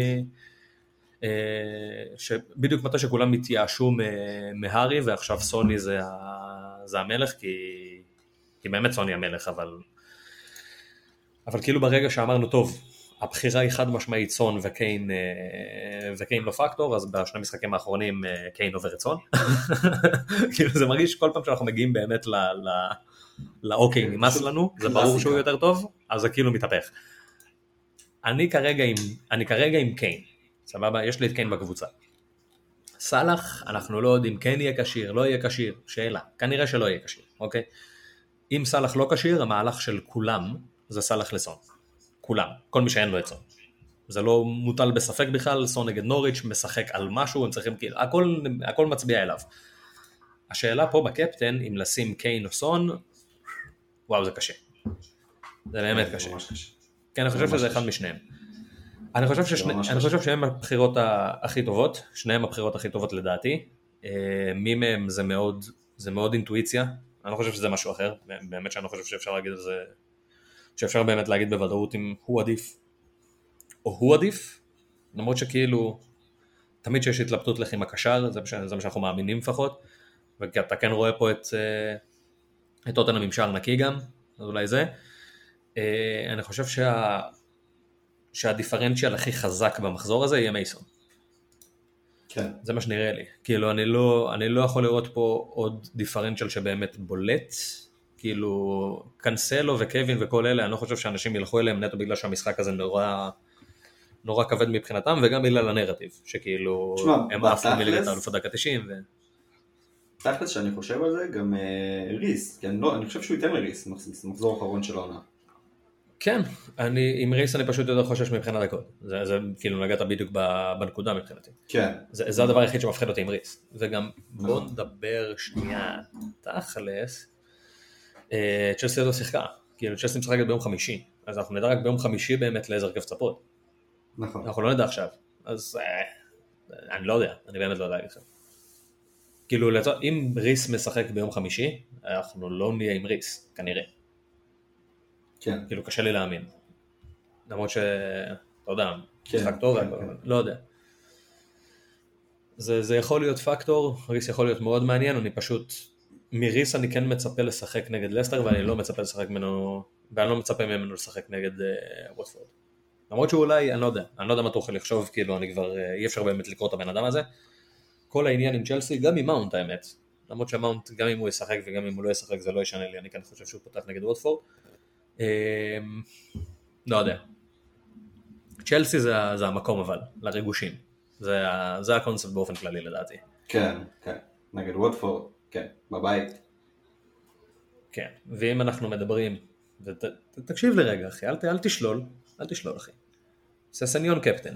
Speaker 1: שבדיוק מתי שכולם מתייאשו מהארי, ועכשיו סוני זה, זה המלך, כי, כי באמת סוני המלך, אבל, אבל כאילו ברגע שאמרנו, טוב, הבחירה היא חד משמעית סון וקיין, וקיין לא פקטור, אז בשני משחקים האחרונים קיין עובר את סון. כאילו זה מרגיש כל פעם שאנחנו מגיעים באמת ל, ל, לאוקיי, נמאס לנו, זה ברור שהוא יותר טוב, אז זה כאילו מתהפך. אני כרגע עם, אני כרגע עם קיין. סבבה, יש לי את קיין בקבוצה. סלח, אנחנו לא יודעים, כן יהיה קשיר, לא יהיה קשיר, שאלה, כנראה שלא יהיה קשיר, אוקיי? אם סלח לא קשיר, המהלך של כולם זה סלח לסון. כולם, כל מי שאין לו את סון. זה לא מוטל בספק בכלל, סון נגד נוריץ' משחק על משהו, הם צריכים, הכל, הכל מצביע אליו. השאלה פה בקפטן, אם לשים קיין או סון, וואו, זה קשה. זה באמת קשה. כי אני חושב שזה אחד משניהם. אני חושב, ששני, אני חושב שהם הבחירות הכי טובות, שניהם הבחירות הכי טובות לדעתי, מי מהם זה מאוד, זה מאוד אינטואיציה, אני לא חושב שזה משהו אחר, באמת שאני לא חושב שאפשר להגיד את זה, שאפשר באמת להגיד בוודאות אם הוא עדיף, או הוא עדיף, למרות שכאילו, תמיד שיש התלבטות לך עם הקשר, זה, זה מה שאנחנו מאמינים לפחות, ואתה כן רואה פה את, את טוטנהאם עם שער נקי גם, אז אולי זה, אני חושב שה... שהדיפרנציאל הכי חזק במחזור הזה יהיה מייסון.
Speaker 2: כן.
Speaker 1: זה מה שנראה לי. כאילו, אני לא, אני לא יכול לראות פה עוד דיפרנציאל שבאמת בולט. כאילו, קנסלו וקווין וכל אלה, אני לא חושב שאנשים ילכו אליהם נטו בגלל שהמשחק הזה נורא, נורא כבד מבחינתם, וגם בגלל הנרטיב, שכאילו,
Speaker 2: שמה,
Speaker 1: הם עפו מליגת האלופות דקה תשעים. ו...
Speaker 2: תכלס שאני חושב על זה, גם uh, ריס, כי אני, לא, אני חושב שהוא ייתן לריס, מחזור האחרון של העונה.
Speaker 1: כן, אני, עם ריס אני פשוט יותר חושש מבחינת הכל. זה, זה כאילו נגעת בדיוק בנקודה מבחינתי.
Speaker 2: כן.
Speaker 1: זה, זה הדבר היחיד שמפחיד אותי עם ריס. וגם בוא נדבר שנייה תכלס, צ'לסי לא שיחקה, כאילו צ'לסי משחקת ביום חמישי, אז אנחנו נדע רק ביום חמישי באמת לאיזה הרכב צפות.
Speaker 2: נכון.
Speaker 1: אנחנו לא נדע עכשיו, אז אני לא יודע, אני באמת לא יודע להגיד לכם. כאילו, אם ריס משחק ביום חמישי, אנחנו לא נהיה עם ריס, כנראה.
Speaker 2: כן.
Speaker 1: כאילו, קשה לי להאמין. למרות ש... אתה יודע, משחק טוב, לא יודע. זה, זה יכול להיות פקטור, ריס יכול להיות מאוד מעניין, אני פשוט מריס אני כן מצפה לשחק נגד לסטר, ואני לא מצפה לשחק ממנו, ואני לא מצפה ממנו לשחק נגד ווטפורד. למרות שאולי, אני לא יודע, אני לא יודע מה תוכל לחשוב, כאילו אני כבר, אי אפשר באמת לקרוא את הבן אדם הזה. כל העניין עם צ'לסי, גם עם מאונט האמת, למרות שהמאונט, גם אם הוא ישחק וגם אם הוא לא ישחק, זה לא ישנה לי, אני כן חושב שהוא פותח נגד ווטפורד. לא יודע. צ'לסי זה, זה המקום אבל, לריגושים. זה, זה הקונספט באופן כללי לדעתי.
Speaker 2: כן, כן. נגד ווטפורד, כן, בבית.
Speaker 1: כן, ואם אנחנו מדברים, ות, תקשיב לי רגע אחי, אל, אל תשלול, אל תשלול אחי. ססניון קפטן.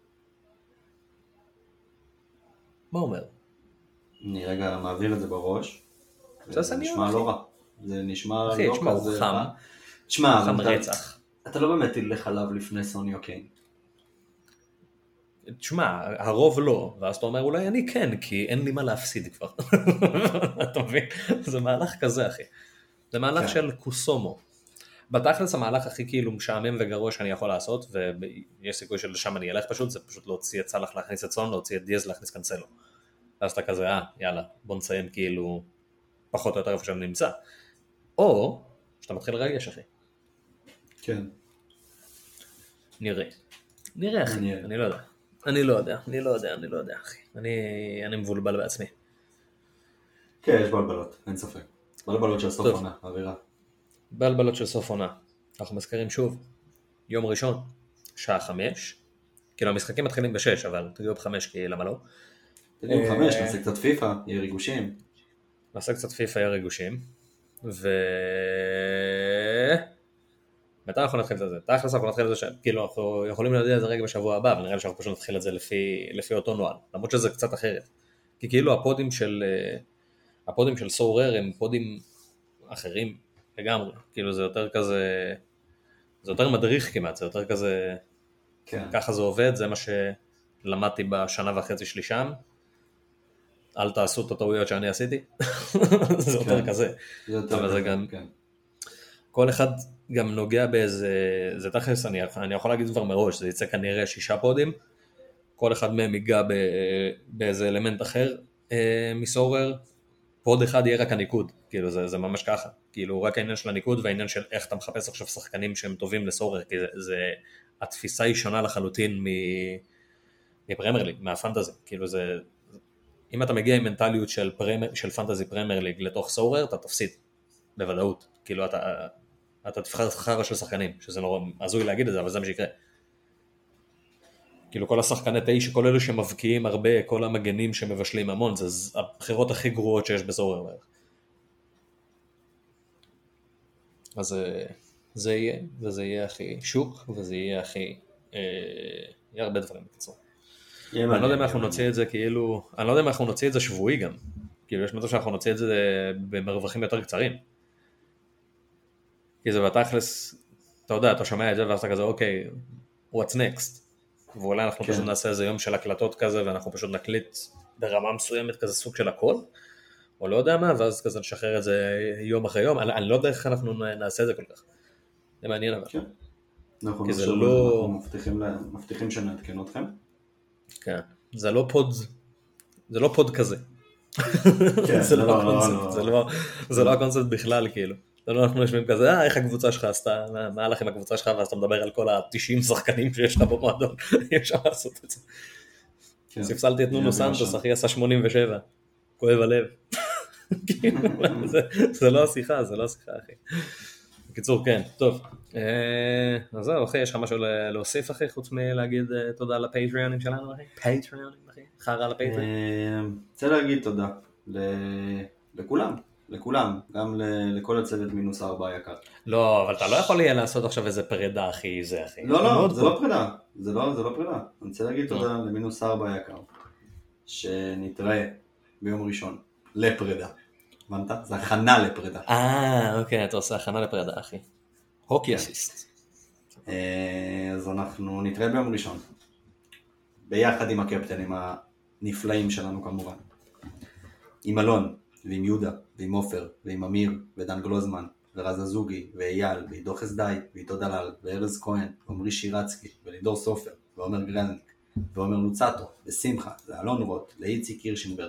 Speaker 1: מה אומר?
Speaker 2: אני רגע מעביר את זה בראש.
Speaker 1: זה
Speaker 2: נשמע לא רע. זה נשמע
Speaker 1: אחי,
Speaker 2: לא
Speaker 1: תשמע,
Speaker 2: כזה...
Speaker 1: הוא חם.
Speaker 2: תשמע,
Speaker 1: חם
Speaker 2: אתה,
Speaker 1: רצח.
Speaker 2: אתה לא באמת תלך עליו לפני סוני או קיין.
Speaker 1: תשמע, הרוב לא, ואז אתה אומר אולי אני כן, כי אין לי מה להפסיד כבר. אתה מבין? זה מהלך כזה אחי. זה מהלך
Speaker 2: כן.
Speaker 1: של קוסומו. בתכלס המהלך הכי כאילו משעמם וגרוע שאני יכול לעשות, ויש סיכוי שלשם אני אלך פשוט, זה פשוט להוציא את סלח להכניס את סון, להוציא את דיאז להכניס קנסלו. ואז אתה כזה, אה, יאללה, בוא נסיים כאילו פחות או יותר איפה שאני נמצא. או שאתה מתחיל לרגש אחי.
Speaker 2: כן.
Speaker 1: נראה. נראה אחי,
Speaker 2: נראה.
Speaker 1: אני לא יודע. אני לא יודע, אני לא יודע, אני לא יודע אחי. אני, אני מבולבל בעצמי.
Speaker 2: כן, יש בלבלות, אין ספק. בלבלות של סוף
Speaker 1: טוב.
Speaker 2: עונה, אווירה.
Speaker 1: בלבלות של סוף עונה. אנחנו מזכירים שוב, יום ראשון, שעה חמש. כאילו המשחקים מתחילים בשש, אבל תגיעו בחמש, כי למה לא?
Speaker 2: תגידו
Speaker 1: אה,
Speaker 2: חמש, נעשה קצת פיפה, יהיה ריגושים.
Speaker 1: נעשה קצת פיפה, יהיה ריגושים. ו... מתי אנחנו נתחיל את זה? תכלס אנחנו נתחיל את זה, ש... כאילו אנחנו יכולים להודיע את זה רגע בשבוע הבא, אבל נראה לי שאנחנו פשוט נתחיל את זה לפי, לפי אותו נועל, למרות שזה קצת אחרת. כי כאילו הפודים של, הפודים של סורר הם פודים אחרים לגמרי, כאילו זה יותר כזה, זה יותר מדריך כמעט, זה יותר כזה,
Speaker 2: כן.
Speaker 1: ככה זה עובד, זה מה שלמדתי בשנה וחצי שלי שם, אל תעשו את הטעויות שאני עשיתי, זה יותר כזה,
Speaker 2: זה יותר
Speaker 1: אבל
Speaker 2: כזה,
Speaker 1: זה גם,
Speaker 2: כן.
Speaker 1: כל אחד גם נוגע באיזה, זה תכלס, אני, אני יכול להגיד כבר מראש, זה יצא כנראה שישה פודים, כל אחד מהם ייגע ב, באיזה אלמנט אחר אה, מסורר, פוד אחד יהיה רק הניקוד, כאילו זה, זה ממש ככה, כאילו רק העניין של הניקוד והעניין של איך אתה מחפש עכשיו שחקנים שהם טובים לסורר, כי זה, זה התפיסה היא שונה לחלוטין מפרמייר ליג, מהפנטזי, כאילו זה, אם אתה מגיע עם מנטליות של, פרמר, של פנטזי פרמייר ליג לתוך סורר, אתה תפסיד, בוודאות, כאילו אתה, אתה תבחר חרא של שחקנים, שזה נורא עזוי להגיד את זה, אבל זה מה שיקרה. כאילו כל השחקני תשע, כל אלו שמבקיעים הרבה, כל המגנים שמבשלים המון, זה הבחירות הכי גרועות שיש בסורר בערך. אז זה יהיה, וזה יהיה הכי שוק, וזה יהיה הכי, אה, יהיה הרבה דברים בקיצור. אני לא יודע אם אנחנו נוציא את זה כאילו, אני לא יודע אם אנחנו נוציא את זה שבועי גם, כאילו יש מצב שאנחנו נוציא את זה במרווחים יותר קצרים. כי זה בתכלס, אתה יודע, אתה שומע את זה ואז אתה כזה, אוקיי, what's next? ואולי אנחנו
Speaker 2: כן.
Speaker 1: פשוט נעשה איזה יום של הקלטות כזה, ואנחנו פשוט נקליט ברמה מסוימת כזה סוג של הכל, או לא יודע מה, ואז כזה נשחרר את זה יום אחרי יום, אני, אני לא יודע איך אנחנו נעשה את זה כל כך. זה מעניין אבל.
Speaker 2: כן. אנחנו
Speaker 1: כי זה
Speaker 2: נחשוב,
Speaker 1: לא...
Speaker 2: אנחנו מבטיחים, לה, מבטיחים שנעדכן אתכם.
Speaker 1: כן, זה לא פוד, זה לא פוד כזה.
Speaker 2: כן,
Speaker 1: זה
Speaker 2: לא,
Speaker 1: לא
Speaker 2: לא,
Speaker 1: הקונספט,
Speaker 2: לא.
Speaker 1: זה לא, זה לא הקונספט בכלל כאילו. לא, אנחנו יושבים כזה, אה, איך הקבוצה שלך עשתה, מה, מה הלך עם הקבוצה שלך, ואז אתה מדבר על כל ה-תשעים שחקנים שיש לך במועדון, אי אפשר לעשות את זה.
Speaker 2: כן.
Speaker 1: ספסלתי את נונו סנטוס, אחי עשה שמונים ושבע, כואב הלב. כאילו, זה- זה לא השיחה, זה לא השיחה, אחי. בקיצור, כן, טוב. אה, אז זהו, אחי, יש לך משהו ל- להוסיף, אחי, חוץ מלהגיד אה, תודה לפטריונים שלנו, אחי? פטריונים, אחי? חרא לפטריון.
Speaker 2: אה, רוצה להגיד תודה ל- לכולם, לכולם, גם ל- לכל הצוות מינוס ארבע היקר.
Speaker 1: לא, אבל אתה לא יכול יהיה לעשות עכשיו איזה פרידה, אחי, זה, אחי.
Speaker 2: לא,
Speaker 1: אתה
Speaker 2: לא,
Speaker 1: מאוד
Speaker 2: זה
Speaker 1: פה.
Speaker 2: לא פרידה, זה לא, זה לא פרידה. אני רוצה להגיד תודה למינוס ארבע היקר, שנתראה ביום ראשון, לפרידה. הבנת? זה הכנה לפרידה.
Speaker 1: אה, אוקיי, אתה עושה הכנה לפרידה, אחי. הוקי אסיסט.
Speaker 2: אה, אז אנחנו נתראה ביום ראשון, ביחד עם הקפטנים הנפלאים שלנו כמובן. עם אלון, ועם יהודה, ועם עופר, ועם אמיר, ודן גלוזמן, ורז הזוגי, ואייל, ועידו חסדאי, ועידו דלל, וארז כהן, ועמרי שירצקי, ולידור סופר, ועומר גרזניק, ועומר לוצטו, ושמחה, ואלון רוט, לאיציק קירשנברג,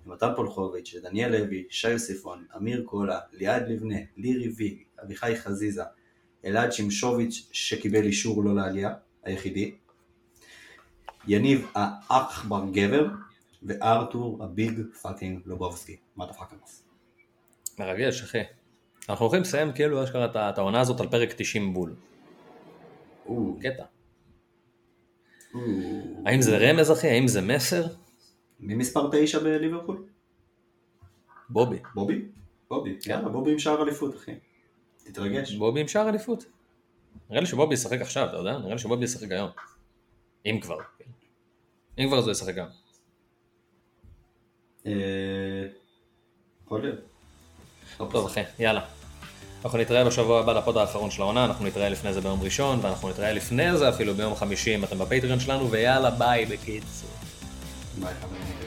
Speaker 2: מתן פולחוביץ', דניאל לוי, שי יוסיפון, אמיר קולה, ליעד לבנה, לירי ויג, אביחי חזיזה, אלעד שמשוביץ' שקיבל אישור לא להגיע, היחידי, יניב האח בר גבר, וארתור הביג פאקינג לובובסקי. מה אתה פאקינג עושה?
Speaker 1: מרגש, אחי. אנחנו הולכים לסיים כאילו אשכרה את העונה הזאת על פרק תשעים בול. קטע. האם זה רמז, אחי? האם זה מסר?
Speaker 2: מי מספר תשע בליברפול?
Speaker 1: בובי.
Speaker 2: בובי? בובי. יאללה, בובי עם שער אליפות, אחי. תתרגש.
Speaker 1: בובי עם שער אליפות. נראה לי שבובי ישחק עכשיו, אתה יודע? נראה לי שבובי ישחק היום. אם כבר. אם כבר זה ישחק גם.
Speaker 2: יכול להיות.
Speaker 1: טוב אחי, יאללה. אנחנו נתראה בשבוע הבא לפוד האחרון של העונה, אנחנו נתראה לפני זה ביום ראשון, ואנחנו נתראה לפני זה אפילו ביום חמישי אם אתם בפטריון שלנו, ויאללה ביי בקיצור.
Speaker 2: ביי חברים.